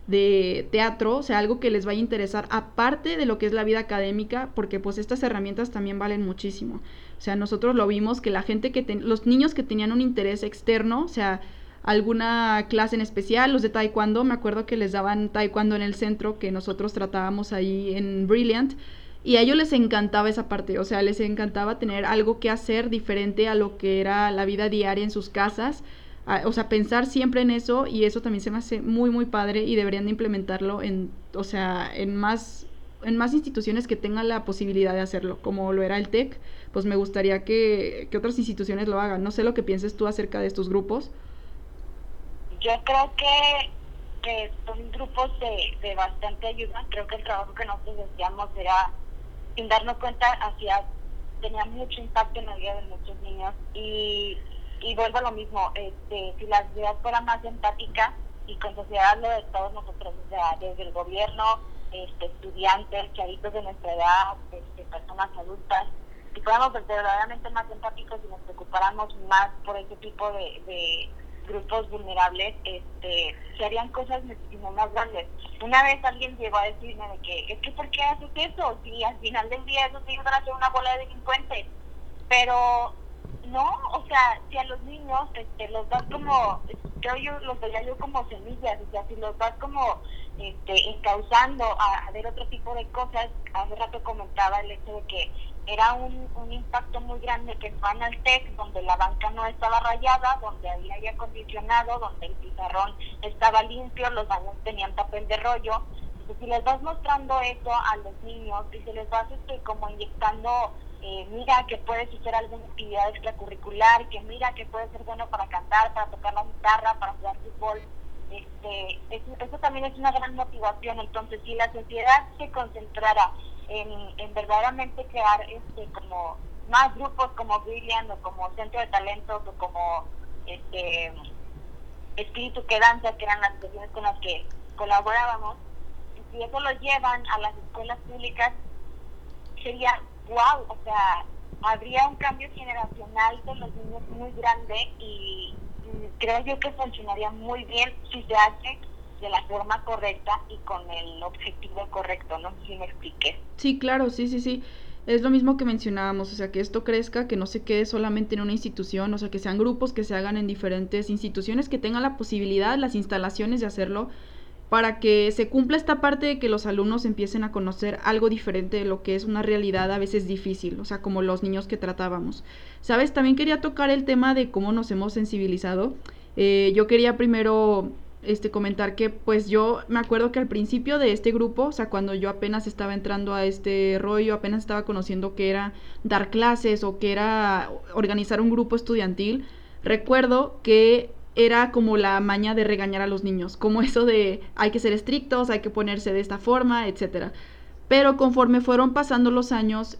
Speaker 1: de teatro, o sea, algo que les vaya a interesar aparte de lo que es la vida académica, porque pues estas herramientas también valen muchísimo. O sea, nosotros lo vimos que la gente los niños que tenían un interés externo, o sea, alguna clase en especial, los de taekwondo, me acuerdo que les daban taekwondo en el centro que nosotros tratábamos ahí en Brilliant, y a ellos les encantaba esa parte, o sea, les encantaba tener algo que hacer diferente a lo que era la vida diaria en sus casas, o sea, pensar siempre en eso, y eso también se me hace muy muy padre y deberían de implementarlo en, o sea, en más instituciones que tengan la posibilidad de hacerlo, como lo era el TEC, pues me gustaría que otras instituciones lo hagan. No sé lo que pienses tú acerca de estos grupos.
Speaker 2: Yo creo que son grupos de bastante ayuda. Creo que el trabajo que nosotros hacíamos era, sin darnos cuenta, tenía mucho impacto en la vida de muchos niños. Y vuelvo a lo mismo, si la sociedad fuera más empática, y con sociedad lo de todos nosotros, o sea, desde el gobierno, estudiantes, chavitos de nuestra edad, personas adultas, si fuéramos verdaderamente más empáticos y nos preocupáramos más por ese tipo de grupos vulnerables, se harían cosas muchísimo más grandes. Una vez alguien llegó a decirme de que, es que ¿por qué haces eso? Si al final del día esos niños van a ser una bola de delincuentes. Pero no, o sea, si a los niños los das como, creo yo, los veía yo como semillas, o sea, si los vas como encauzando a ver otro tipo de cosas. Hace rato comentaba el hecho de que era un impacto muy grande que van al TEC, donde la banca no estaba rayada, donde había aire acondicionado, donde el pizarrón estaba limpio, los baños tenían papel de rollo. Entonces, si les vas mostrando eso a los niños y si les vas como inyectando, mira que puedes hacer alguna actividad extracurricular, que mira que puede ser bueno para cantar, para tocar la guitarra, para jugar fútbol, eso también es una gran motivación. Entonces, si la sociedad se concentrara en verdaderamente crear como más grupos como Brilliant, o como Centro de Talentos, o como Espíritu que Danza, que eran las asociaciones con las que colaborábamos, y si eso lo llevan a las escuelas públicas, sería wow, o sea, habría un cambio generacional de los niños muy grande, y creo yo que funcionaría muy bien si se hace de la forma correcta y con el objetivo correcto. No sé si me expliqué.
Speaker 1: Sí, claro, sí, sí, sí. Es lo mismo que mencionábamos, o sea, que esto crezca, que no se quede solamente en una institución, o sea, que sean grupos que se hagan en diferentes instituciones, que tengan la posibilidad, las instalaciones de hacerlo, para que se cumpla esta parte de que los alumnos empiecen a conocer algo diferente de lo que es una realidad a veces difícil, o sea, como los niños que tratábamos. ¿Sabes? También quería tocar el tema de cómo nos hemos sensibilizado. Yo quería primero comentar que pues yo me acuerdo que al principio de este grupo, o sea, cuando yo apenas estaba entrando a este rollo, apenas estaba conociendo qué era dar clases o qué era organizar un grupo estudiantil, recuerdo que era como la maña de regañar a los niños, como eso de hay que ser estrictos, hay que ponerse de esta forma, etcétera. Pero conforme fueron pasando los años,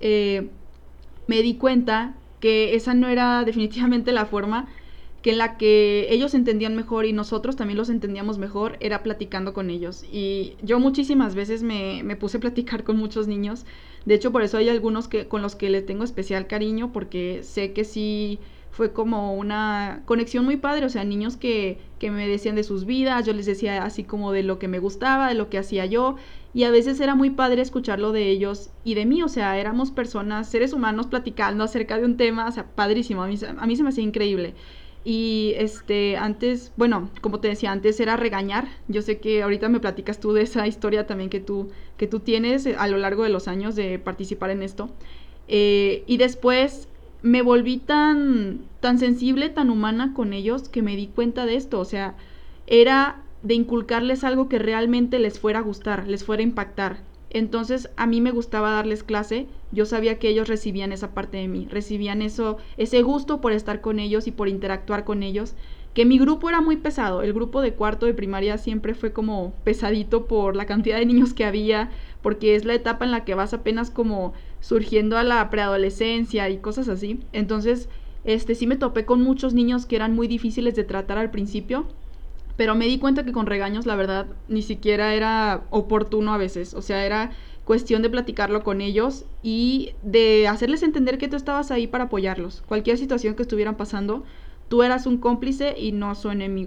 Speaker 1: me di cuenta que esa no era definitivamente la forma, que en la que ellos entendían mejor y nosotros también los entendíamos mejor, era platicando con ellos. Y yo muchísimas veces me puse a platicar con muchos niños. De hecho, por eso hay algunos con los que les tengo especial cariño, porque sé que sí fue como una conexión muy padre. O sea, niños que me decían de sus vidas, yo les decía así como de lo que me gustaba, de lo que hacía yo, y a veces era muy padre escucharlo de ellos y de mí. O sea, éramos personas, seres humanos platicando acerca de un tema, o sea, padrísimo. A mí se me hacía increíble. Y antes, bueno, como te decía, antes era regañar. Yo sé que ahorita me platicas tú de esa historia también que tú tienes a lo largo de los años de participar en esto. Y después me volví tan sensible, tan humana con ellos, que me di cuenta de esto. O sea, era de inculcarles algo que realmente les fuera a gustar, les fuera a impactar. Entonces a mí me gustaba darles clase, yo sabía que ellos recibían esa parte de mí, recibían ese gusto por estar con ellos y por interactuar con ellos, que mi grupo era muy pesado, el grupo de cuarto de primaria siempre fue como pesadito por la cantidad de niños que había, porque es la etapa en la que vas apenas como surgiendo a la preadolescencia y cosas así. Entonces sí me topé con muchos niños que eran muy difíciles de tratar al principio, pero me di cuenta que con regaños la verdad ni siquiera era oportuno a veces, o sea, era cuestión de platicarlo con ellos y de hacerles entender que tú estabas ahí para apoyarlos. Cualquier situación que estuvieran pasando, tú eras un cómplice y no su enemigo.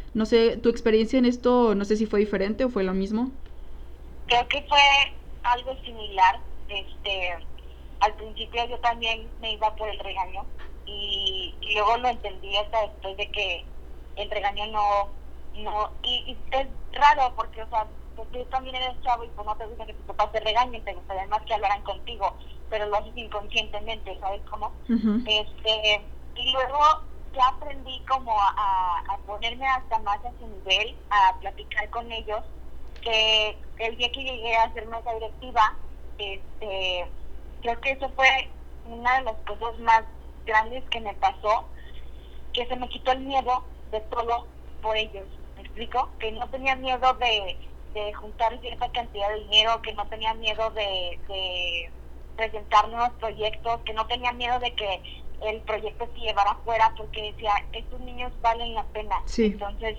Speaker 1: No sé, tu experiencia en esto, no sé si fue diferente o fue lo mismo.
Speaker 2: Creo que fue algo similar. Al principio yo también me iba por el regaño y luego lo entendí hasta después de que el regaño y es raro porque, o sea, pues tú también eres chavo y pues no te gusta que tus papás te regañen, te gustaría más que hablaran contigo, pero lo haces inconscientemente, ¿sabes cómo?
Speaker 1: Uh-huh.
Speaker 2: Y luego ya aprendí como a ponerme hasta más a su nivel, a platicar con ellos, que el día que llegué a ser mesa directiva, creo que eso fue una de las cosas más grandes que me pasó, que se me quitó el miedo de todo por ellos. ¿Me explico? Que no tenía miedo de juntar cierta cantidad de dinero, que no tenía miedo de presentar nuevos proyectos, que no tenía miedo de que el proyecto se llevara afuera, porque decía, estos niños valen la pena.
Speaker 1: Sí.
Speaker 2: Entonces,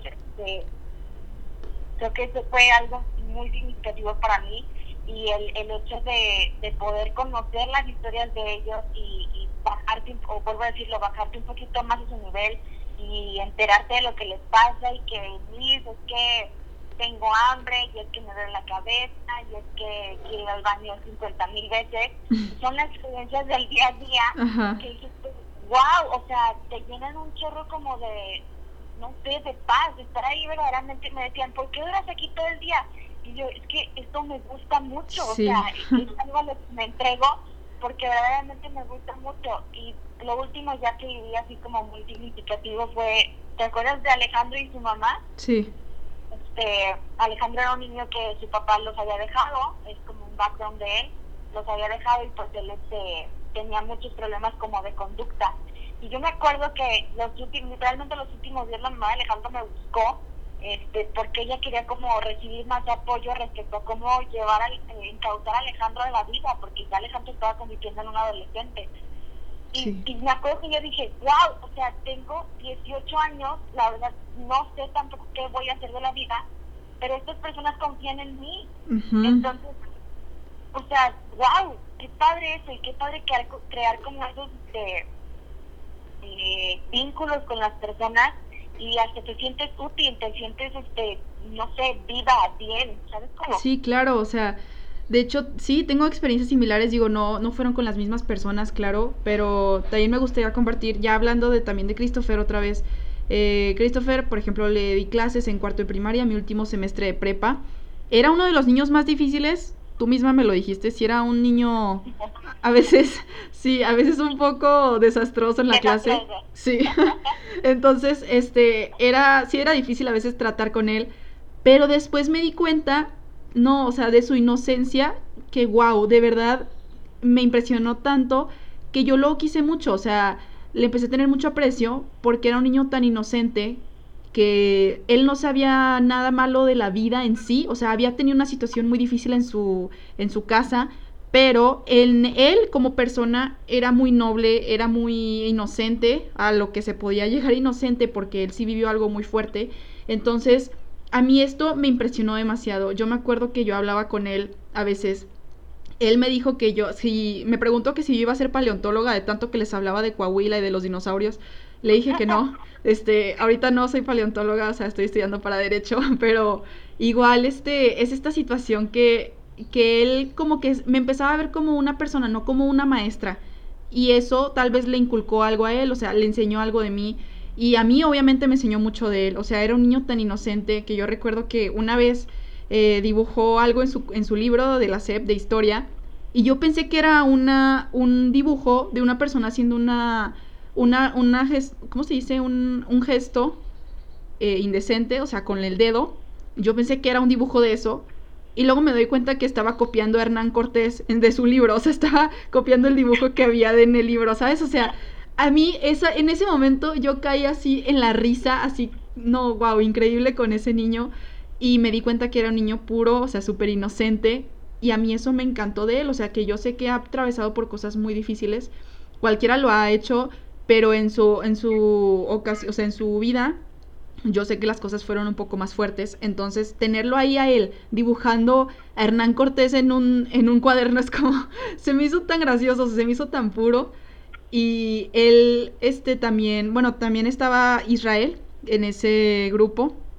Speaker 2: creo que eso fue algo muy significativo para mí, y el hecho de poder conocer las historias de ellos y bajarte, o vuelvo a decirlo, bajarte un poquito más a su nivel y enterarte de lo que les pasa, y que Liz, es que tengo hambre, y es que me duele la cabeza, y es que quiero ir al baño 50,000 veces. Son las experiencias del día a día.
Speaker 1: Ajá.
Speaker 2: Que dijiste, wow, o sea, te llenan un chorro como de, no sé, de paz, de estar ahí verdaderamente. Me decían, ¿por qué duras aquí todo el día? Y yo, es que esto me gusta mucho,
Speaker 1: Sí.
Speaker 2: O sea, es algo a lo que me entrego porque verdaderamente me gusta mucho. Y lo último ya que viví así como muy significativo fue, ¿te acuerdas de Alejandro y su mamá?
Speaker 1: Sí.
Speaker 2: Alejandro era un niño que su papá los había dejado, es como un background de él, los había dejado, y pues él tenía muchos problemas como de conducta. Y yo me acuerdo que literalmente los últimos días la mamá de Alejandro me buscó, porque ella quería como recibir más apoyo respecto a cómo incautar a Alejandro de la vida, porque ya Alejandro estaba convirtiendo en un adolescente.
Speaker 1: Sí.
Speaker 2: Y me acuerdo que yo dije, wow, o sea, tengo 18 años, la verdad no sé tampoco qué voy a hacer de la vida, pero estas personas confían en mí.
Speaker 1: Uh-huh.
Speaker 2: Entonces, o sea, wow, qué padre eso, y qué padre crear como esos vínculos con las personas, y hasta te sientes útil, te sientes, no sé, viva, bien, ¿sabes cómo?
Speaker 1: Sí, claro, o sea, de hecho, sí, tengo experiencias similares, digo, no fueron con las mismas personas, claro, pero también me gustaría compartir, ya hablando también de Christopher otra vez. Christopher, por ejemplo, le di clases en cuarto de primaria, mi último semestre de prepa. Era uno de los niños más difíciles, tú misma me lo dijiste, si era un niño a veces, sí, a veces un poco desastroso en la clase. Sí. Entonces, sí era difícil a veces tratar con él, pero después me di cuenta, no, o sea, de su inocencia, que wow, de verdad me impresionó tanto que yo lo quise mucho, o sea, le empecé a tener mucho aprecio porque era un niño tan inocente que él no sabía nada malo de la vida en sí, o sea, había tenido una situación muy difícil en su casa, pero él como persona era muy noble, era muy inocente, a lo que se podía llegar inocente, porque él sí vivió algo muy fuerte. Entonces, a mí esto me impresionó demasiado. Yo me acuerdo que yo hablaba con él a veces. Él me dijo que me preguntó que si yo iba a ser paleontóloga de tanto que les hablaba de Coahuila y de los dinosaurios. Le dije que no. Ahorita no soy paleontóloga, o sea, estoy estudiando para derecho, pero igual es esta situación que él como que me empezaba a ver como una persona, no como una maestra. Y eso tal vez le inculcó algo a él, o sea, le enseñó algo de mí. Y a mí obviamente me enseñó mucho de él. O sea, era un niño tan inocente que yo recuerdo que una vez dibujó algo en su libro de la SEP de historia. Y yo pensé que era un dibujo de una persona haciendo ¿cómo se dice? Un gesto indecente, o sea, con el dedo. Yo pensé que era un dibujo de eso. Y luego me doy cuenta que estaba copiando a Hernán Cortés de su libro. O sea, estaba copiando el dibujo que había en el libro, ¿sabes? O sea, a mí en ese momento yo caí así en la risa, así, no, wow, increíble con ese niño. Y me di cuenta que era un niño puro, o sea, súper inocente. Y a mí eso me encantó de él, o sea, que yo sé que ha atravesado por cosas muy difíciles. Cualquiera lo ha hecho, pero en su ocasión, o sea, en su vida yo sé que las cosas fueron un poco más fuertes, entonces tenerlo ahí a él dibujando a Hernán Cortés en un cuaderno es como, se me hizo tan gracioso, se me hizo tan puro. Y él, también, bueno, también estaba Israel en ese grupo,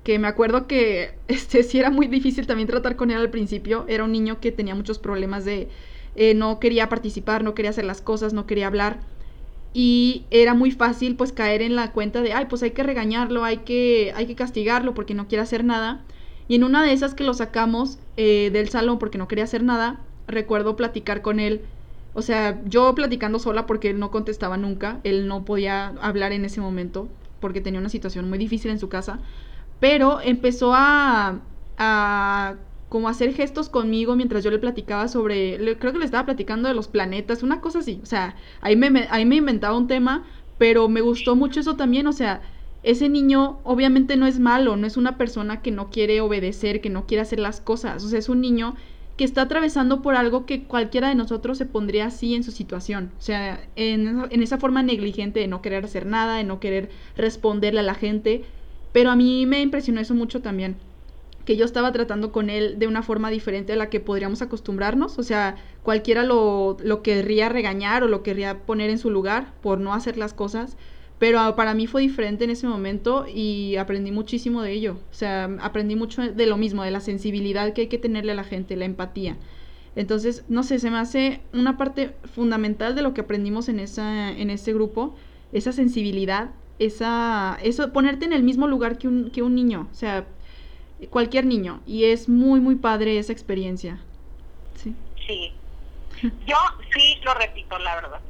Speaker 1: que me acuerdo que sí era muy difícil también tratar con él al principio. Era un niño que tenía muchos problemas de no quería participar, no quería hacer las cosas, no quería hablar. Y era muy fácil pues caer en la cuenta de, ay, pues hay que regañarlo, hay que castigarlo porque no quiere hacer nada. Y en una de esas que lo sacamos del salón porque no quería hacer nada, recuerdo platicar con él. O sea, yo platicando sola porque él no contestaba nunca, él no podía hablar en ese momento porque tenía una situación muy difícil en su casa, pero empezó a como hacer gestos conmigo mientras yo le platicaba creo que le estaba platicando de los planetas, una cosa así, o sea, ahí me inventaba un tema, pero me gustó mucho eso también, o sea, ese niño obviamente no es malo, no es una persona que no quiere obedecer, que no quiere hacer las cosas, o sea, es un niño que está atravesando por algo que cualquiera de nosotros se pondría así en su situación, o sea, en esa forma negligente de no querer hacer nada, de no querer responderle a la gente, pero a mí me impresionó eso mucho también, que yo estaba tratando con él de una forma diferente a la que podríamos acostumbrarnos, o sea, cualquiera lo querría regañar o lo querría poner en su lugar por no hacer las cosas, pero para mí fue diferente en ese momento y aprendí muchísimo de ello, o sea, aprendí mucho de lo mismo, de la sensibilidad que hay que tenerle a la gente, la empatía. Entonces, no sé, se me hace una parte fundamental de lo que aprendimos en ese grupo, esa sensibilidad, eso, ponerte en el mismo lugar que un niño, o sea, cualquier niño, y es muy, muy padre esa experiencia. Sí.
Speaker 2: Sí, yo sí lo repito, la verdad.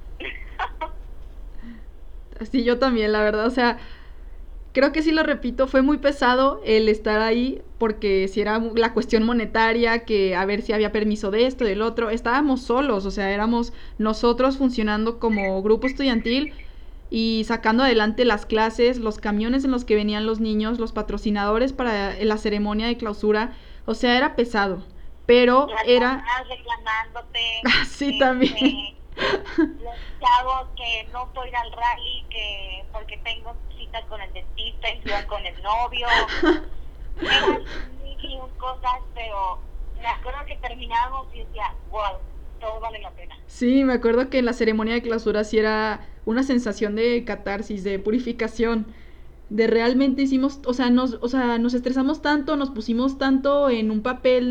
Speaker 1: Sí, yo también, la verdad, o sea, creo que sí lo repito, fue muy pesado el estar ahí porque si era la cuestión monetaria, que a ver si había permiso de esto, del otro, estábamos solos, o sea, éramos nosotros funcionando como grupo estudiantil y sacando adelante las clases, los camiones en los que venían los niños, los patrocinadores para la ceremonia de clausura, o sea, era pesado, pero
Speaker 2: Las
Speaker 1: era...
Speaker 2: mamás reclamándote,
Speaker 1: Sí, también.
Speaker 2: los chavos que no puedo ir al rally que porque tengo cita con el dentista y yo con el novio. Eran mil y un cosas, pero me acuerdo que terminábamos y decía, wow, todo vale la pena.
Speaker 1: Sí, me acuerdo que en la ceremonia de clausura sí era una sensación de catarsis, de purificación, de realmente hicimos, o sea, nos estresamos tanto, nos pusimos tanto en un papel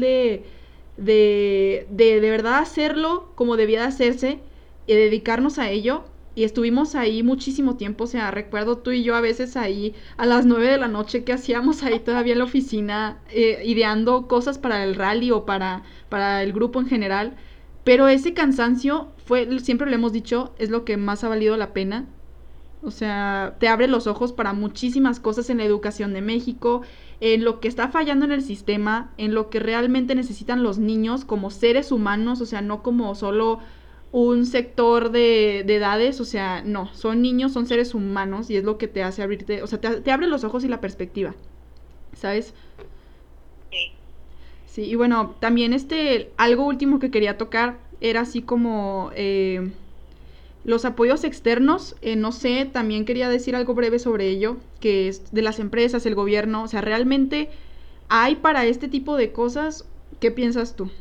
Speaker 1: de verdad hacerlo como debía de hacerse y dedicarnos a ello. Y estuvimos ahí muchísimo tiempo, o sea, recuerdo tú y yo a veces ahí a las 9 de la noche que hacíamos ahí todavía en la oficina, ideando cosas para el rally o para el grupo en general. Pero ese cansancio fue, siempre lo hemos dicho, es lo que más ha valido la pena. O sea, te abre los ojos para muchísimas cosas en la educación de México, en lo que está fallando en el sistema, en lo que realmente necesitan los niños como seres humanos, o sea, no como solo un sector de edades, o sea, no, son niños, son seres humanos y es lo que te hace abrirte, o sea, te abre los ojos y la perspectiva, ¿sabes?
Speaker 2: Sí.
Speaker 1: Sí, y bueno, también algo último que quería tocar era así como los apoyos externos, no sé, también quería decir algo breve sobre ello, que es de las empresas, el gobierno, o sea, ¿realmente hay para este tipo de cosas? ¿Qué piensas tú?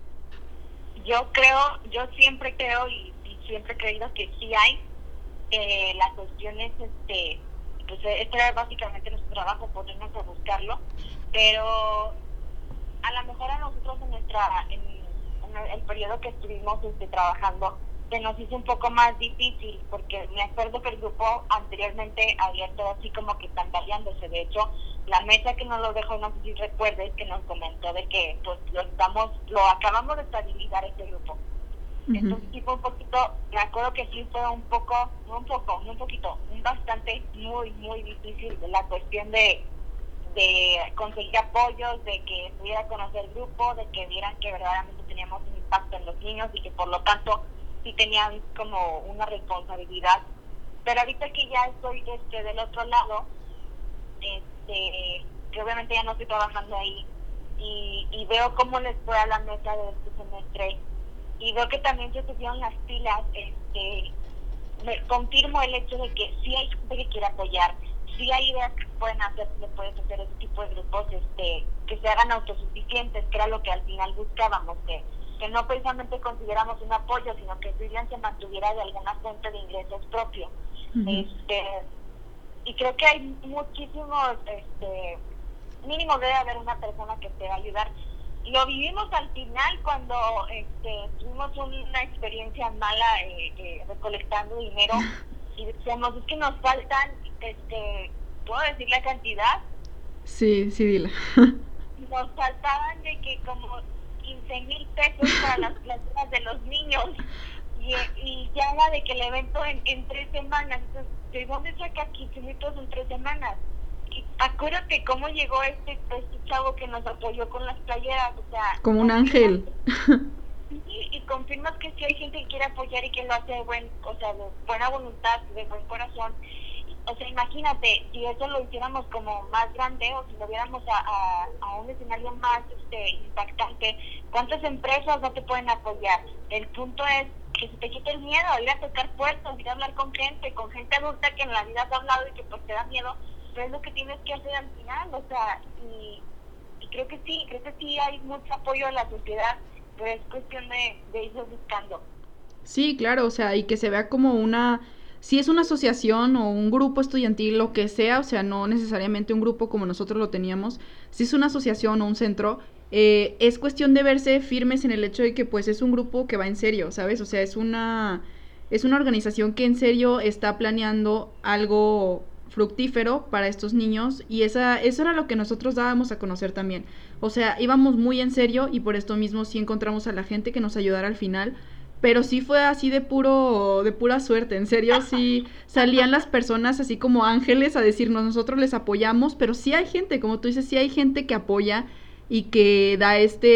Speaker 2: Yo siempre creo y siempre he creído que sí hay. La cuestión es, pues este era básicamente nuestro trabajo, ponernos a buscarlo, pero a lo mejor a nosotros en el periodo que estuvimos trabajando se nos hizo un poco más difícil porque me acuerdo que el grupo anteriormente había estado así como que tambaleándose. De hecho, la mesa que nos lo dejó, no sé si recuerdes, que nos comentó de que pues lo acabamos de estabilizar este grupo.
Speaker 1: Uh-huh.
Speaker 2: Entonces sí fue un poquito, me acuerdo que sí fue un bastante muy, muy difícil la cuestión de conseguir apoyos, de que pudiera a conocer el grupo, de que vieran que verdaderamente teníamos un impacto en los niños y que por lo tanto sí tenían como una responsabilidad. Pero ahorita que ya estoy del otro lado, que obviamente ya no estoy trabajando ahí, y veo cómo les fue a la mesa de este semestre, y veo que también se pusieron las pilas, me confirmo el hecho de que sí hay gente que quiere apoyar, sí hay ideas que pueden hacer, se pueden hacer ese tipo de grupos, que se hagan autosuficientes, que era lo que al final buscábamos, que no precisamente consideramos un apoyo, sino que William se mantuviera de alguna fuente de ingresos propio. Uh-huh. Y creo que hay muchísimos mínimo debe haber una persona que te va a ayudar. Lo vivimos al final cuando tuvimos una experiencia mala recolectando dinero y decíamos, es que nos faltan, ¿puedo decir la cantidad?
Speaker 1: Sí, sí, dila.
Speaker 2: Nos faltaban de que como 15,000 pesos para las plantas de los niños y ya era de que el evento en 3 semanas. Entonces, ¿de dónde saca 15,000 pesos en 3 semanas? Y acuérdate cómo llegó este chavo que nos apoyó con las playeras, o sea,
Speaker 1: Como un
Speaker 2: confirmas,
Speaker 1: ángel.
Speaker 2: y confirmas que sí hay gente que quiere apoyar y que lo hace o sea, de buena voluntad, de buen corazón. O sea, imagínate, si eso lo hiciéramos como más grande o si lo viéramos a un escenario más impactante, ¿cuántas empresas no te pueden apoyar? El punto es que se te quite el miedo, ir a tocar puertas, ir a hablar con gente adulta que en la vida has hablado y que pues te da miedo, pero es lo que tienes que hacer al final, o sea, y creo que sí hay mucho apoyo de la sociedad, pero es cuestión de irlo buscando.
Speaker 1: Sí, claro, o sea, y que se vea como una, si es una asociación o un grupo estudiantil, lo que sea, o sea, no necesariamente un grupo como nosotros lo teníamos, si es una asociación o un centro, es cuestión de verse firmes en el hecho de que pues es un grupo que va en serio, ¿sabes? O sea, es una organización que en serio está planeando algo fructífero para estos niños y eso era lo que nosotros dábamos a conocer también. O sea, íbamos muy en serio y por esto mismo sí encontramos a la gente que nos ayudara al final, pero sí fue así de pura suerte, en serio, sí salían las personas así como ángeles a decirnos, nosotros les apoyamos, pero sí hay gente, como tú dices, sí hay gente que apoya y que da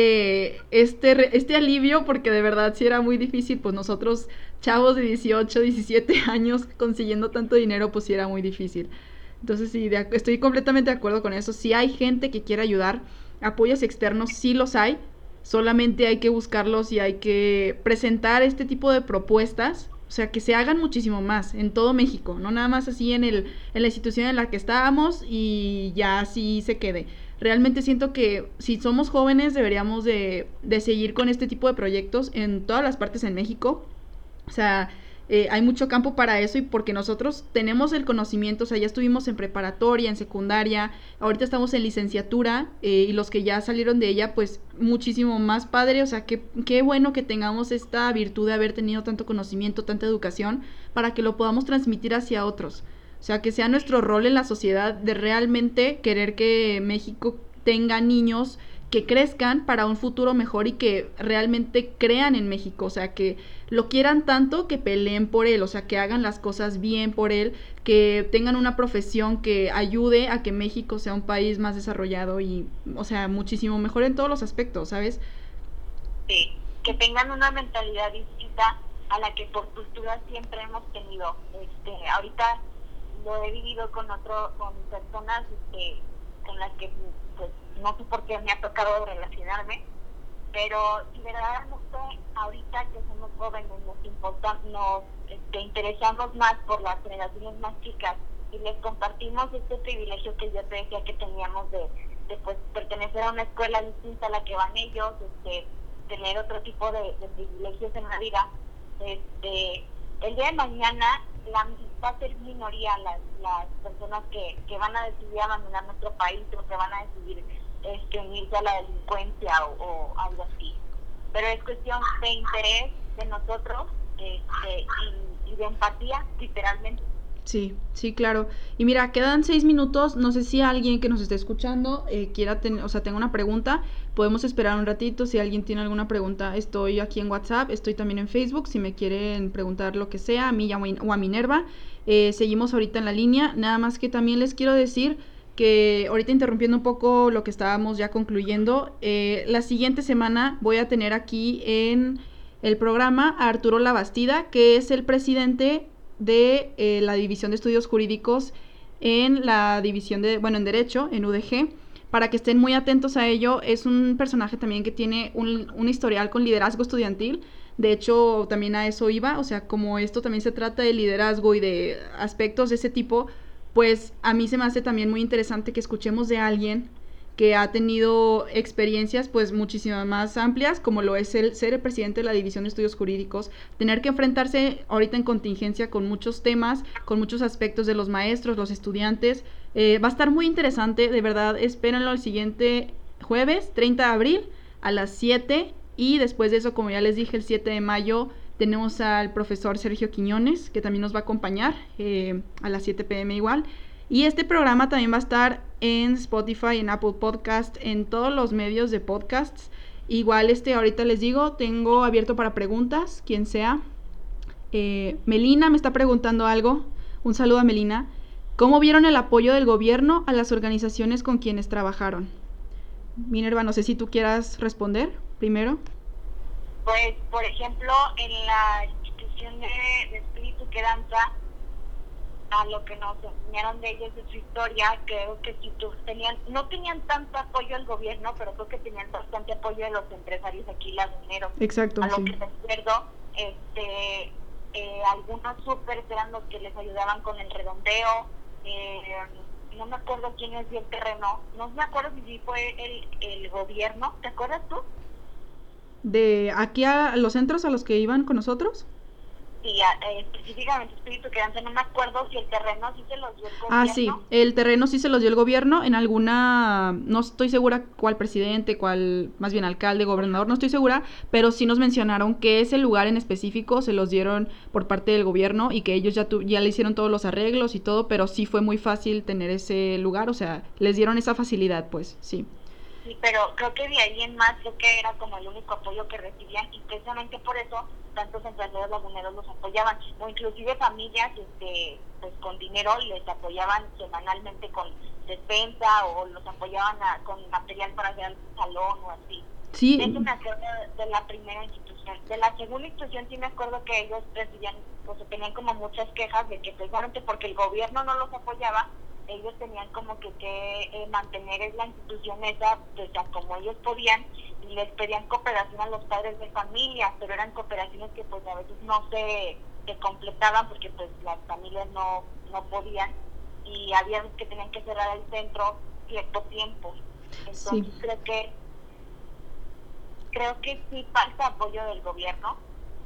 Speaker 1: este alivio, porque de verdad sí era muy difícil, pues nosotros, chavos de 18 17 años, consiguiendo tanto dinero, pues sí era muy difícil. Entonces sí, estoy completamente de acuerdo con eso, sí hay gente que quiere ayudar, apoyos externos sí los hay, solamente hay que buscarlos y hay que presentar este tipo de propuestas, o sea, que se hagan muchísimo más en todo México, no nada más así en la institución en la que estábamos y ya así se quede. Realmente siento que si somos jóvenes deberíamos de seguir con este tipo de proyectos en todas las partes en México, o sea, hay mucho campo para eso y porque nosotros tenemos el conocimiento, o sea, ya estuvimos en preparatoria, en secundaria, ahorita estamos en licenciatura y los que ya salieron de ella, pues muchísimo más padre, o sea, qué bueno que tengamos esta virtud de haber tenido tanto conocimiento, tanta educación, para que lo podamos transmitir hacia otros. O sea, que sea nuestro rol en la sociedad de realmente querer que México tenga niños que crezcan para un futuro mejor y que realmente crean en México, o sea, que lo quieran tanto que peleen por él, o sea, que hagan las cosas bien por él, que tengan una profesión que ayude a que México sea un país más desarrollado y, o sea, muchísimo mejor en todos los aspectos, ¿sabes?
Speaker 2: Sí, que tengan una mentalidad distinta a la que por cultura siempre hemos tenido. Ahorita lo he vivido con personas con las que pues no sé por qué me ha tocado relacionarme, pero si verdaderamente ahorita que somos jóvenes nos interesamos más por las generaciones más chicas y les compartimos este privilegio que yo te decía que teníamos de pues pertenecer a una escuela distinta a la que van ellos, tener otro tipo de privilegios en la vida, el día de mañana va a ser minoría las personas que van a decidir abandonar nuestro país o que van a decidir unirse a la delincuencia o algo así. Pero es cuestión de interés de nosotros y de empatía, literalmente.
Speaker 1: Sí, sí, claro. Y mira, quedan 6 minutos. No sé si alguien que nos esté escuchando quiera tener, o sea, tenga una pregunta. Podemos esperar un ratito. Si alguien tiene alguna pregunta, estoy aquí en WhatsApp, estoy también en Facebook. Si me quieren preguntar lo que sea, a mí o a Minerva, seguimos ahorita en la línea. Nada más que también les quiero decir que ahorita interrumpiendo un poco lo que estábamos ya concluyendo, la siguiente semana voy a tener aquí en el programa a Arturo Labastida, que es el presidente de la División de Estudios Jurídicos en la División de, bueno, en Derecho, en UDG, para que estén muy atentos a ello. Es un personaje también que tiene un historial con liderazgo estudiantil. De hecho, también a eso iba, o sea, como esto también se trata de liderazgo y de aspectos de ese tipo, pues a mí se me hace también muy interesante que escuchemos de alguien que ha tenido experiencias pues muchísimas más amplias, como lo es el ser el presidente de la División de Estudios Jurídicos, tener que enfrentarse ahorita en contingencia con muchos temas, con muchos aspectos de los maestros, los estudiantes, Va a estar muy interesante, de verdad, espérenlo el siguiente jueves, 30 de abril, a las 7, y después de eso, como ya les dije, el 7 de mayo tenemos al profesor Sergio Quiñones, que también nos va a acompañar a las 7 p.m. igual. Y este programa también va a estar en Spotify, en Apple Podcast, en todos los medios de podcasts. Igual ahorita les digo, tengo abierto para preguntas, quien sea. Melina me está preguntando algo. Un saludo a Melina. ¿Cómo vieron el apoyo del gobierno a las organizaciones con quienes trabajaron? Minerva, no sé si tú quieras responder primero.
Speaker 2: Pues, por ejemplo, en la institución de Espíritu que Danza, a lo que nos enseñaron de ellos de su historia, creo que sí no tenían tanto apoyo del gobierno, pero creo que tenían bastante apoyo de los empresarios aquí laguneros.
Speaker 1: Exacto,
Speaker 2: a lo
Speaker 1: sí.
Speaker 2: que recuerdo, algunos súper eran los que les ayudaban con el redondeo. No me acuerdo quién les dio el terreno, no me acuerdo si fue el gobierno, ¿te acuerdas tú?
Speaker 1: ¿De aquí a los centros a los que iban con nosotros?
Speaker 2: Sí, específicamente Espíritu que Danza, no me acuerdo si el terreno sí se los dio el gobierno.
Speaker 1: Ah, sí, el terreno sí se los dio el gobierno, en alguna, no estoy segura cuál presidente, cuál, más bien alcalde, gobernador, no estoy segura, pero sí nos mencionaron que ese lugar en específico se los dieron por parte del gobierno y que ellos ya le hicieron todos los arreglos y todo, pero sí fue muy fácil tener ese lugar, o sea, les dieron esa facilidad, pues, sí.
Speaker 2: Sí, pero creo que de ahí en más, creo que era como el único apoyo que recibían, y precisamente por eso tantos empresarios laguneros los apoyaban, o inclusive familias pues con dinero les apoyaban semanalmente con despensa, o los apoyaban con material para hacer el salón o así.
Speaker 1: Sí.
Speaker 2: Eso me acuerdo de la primera institución. De la segunda institución sí me acuerdo que ellos recibían, pues tenían como muchas quejas de que precisamente porque el gobierno no los apoyaba, ellos tenían como que mantener la institución esa, pues como ellos podían, y les pedían cooperación a los padres de familia, pero eran cooperaciones que pues a veces no se completaban porque pues las familias no podían, y había veces que tenían que cerrar el centro cierto tiempo. Entonces sí. Creo que sí falta apoyo del gobierno,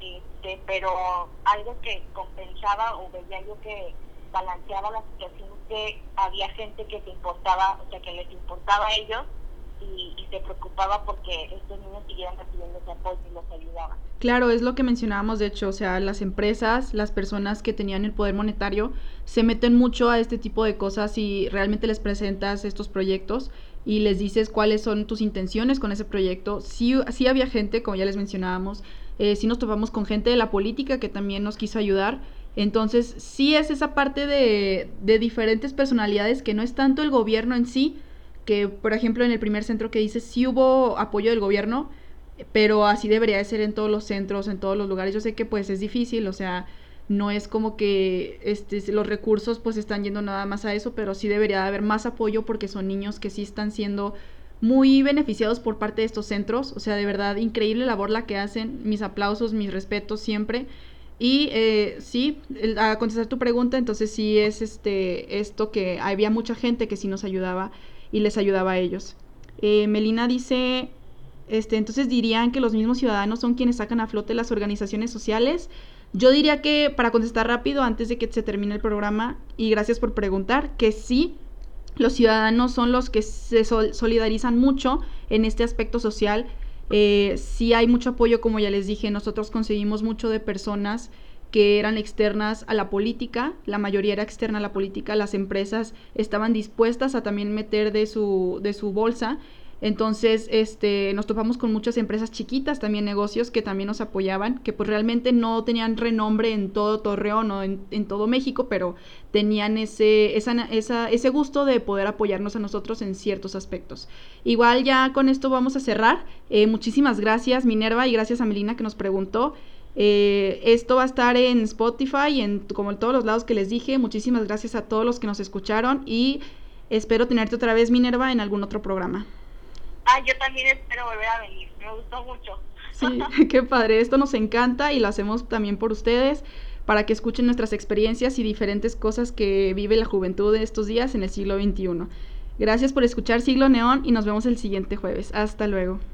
Speaker 2: pero algo que compensaba, o veía yo que balanceaba la situación, que había gente que se importaba, o sea, que les importaba a ellos y se preocupaba porque estos niños siguieran recibiendo ese apoyo y los ayudaban.
Speaker 1: Claro, es lo que mencionábamos, de hecho, o sea, las empresas, las personas que tenían el poder monetario se meten mucho a este tipo de cosas y realmente les presentas estos proyectos y les dices cuáles son tus intenciones con ese proyecto. Sí había gente, como ya les mencionábamos, sí nos topamos con gente de la política que también nos quiso ayudar. Entonces, sí es esa parte de diferentes personalidades, que no es tanto el gobierno en sí, que por ejemplo en el primer centro que dices sí hubo apoyo del gobierno, pero así debería de ser en todos los centros, en todos los lugares. Yo sé que pues es difícil, o sea, no es como que los recursos pues están yendo nada más a eso, pero sí debería de haber más apoyo porque son niños que sí están siendo muy beneficiados por parte de estos centros. O sea, de verdad, increíble labor la que hacen, mis aplausos, mis respetos siempre. Y sí, a contestar tu pregunta, entonces sí es esto, que había mucha gente que sí nos ayudaba y les ayudaba a ellos. Melina dice, entonces dirían que los mismos ciudadanos son quienes sacan a flote las organizaciones sociales. Yo diría que, para contestar rápido antes de que se termine el programa, y gracias por preguntar, que sí, los ciudadanos son los que se solidarizan mucho en este aspecto social. Sí hay mucho apoyo, como ya les dije, nosotros conseguimos mucho de personas que eran externas a la política, la mayoría era externa a la política, las empresas estaban dispuestas a también meter de su bolsa. Entonces nos topamos con muchas empresas chiquitas, también negocios que también nos apoyaban, que pues realmente no tenían renombre en todo Torreón o en todo México, pero tenían ese gusto de poder apoyarnos a nosotros en ciertos aspectos. Igual ya con esto vamos a cerrar. Muchísimas gracias, Minerva, y gracias a Melina que nos preguntó. Esto va a estar en Spotify, como en todos los lados que les dije. Muchísimas gracias a todos los que nos escucharon y espero tenerte otra vez, Minerva, en algún otro programa.
Speaker 2: Yo también espero volver a venir, me gustó mucho.
Speaker 1: Sí, qué padre, esto nos encanta y lo hacemos también por ustedes, para que escuchen nuestras experiencias y diferentes cosas que vive la juventud de estos días en el siglo XXI. Gracias por escuchar Siglo Neón y nos vemos el siguiente jueves. Hasta luego.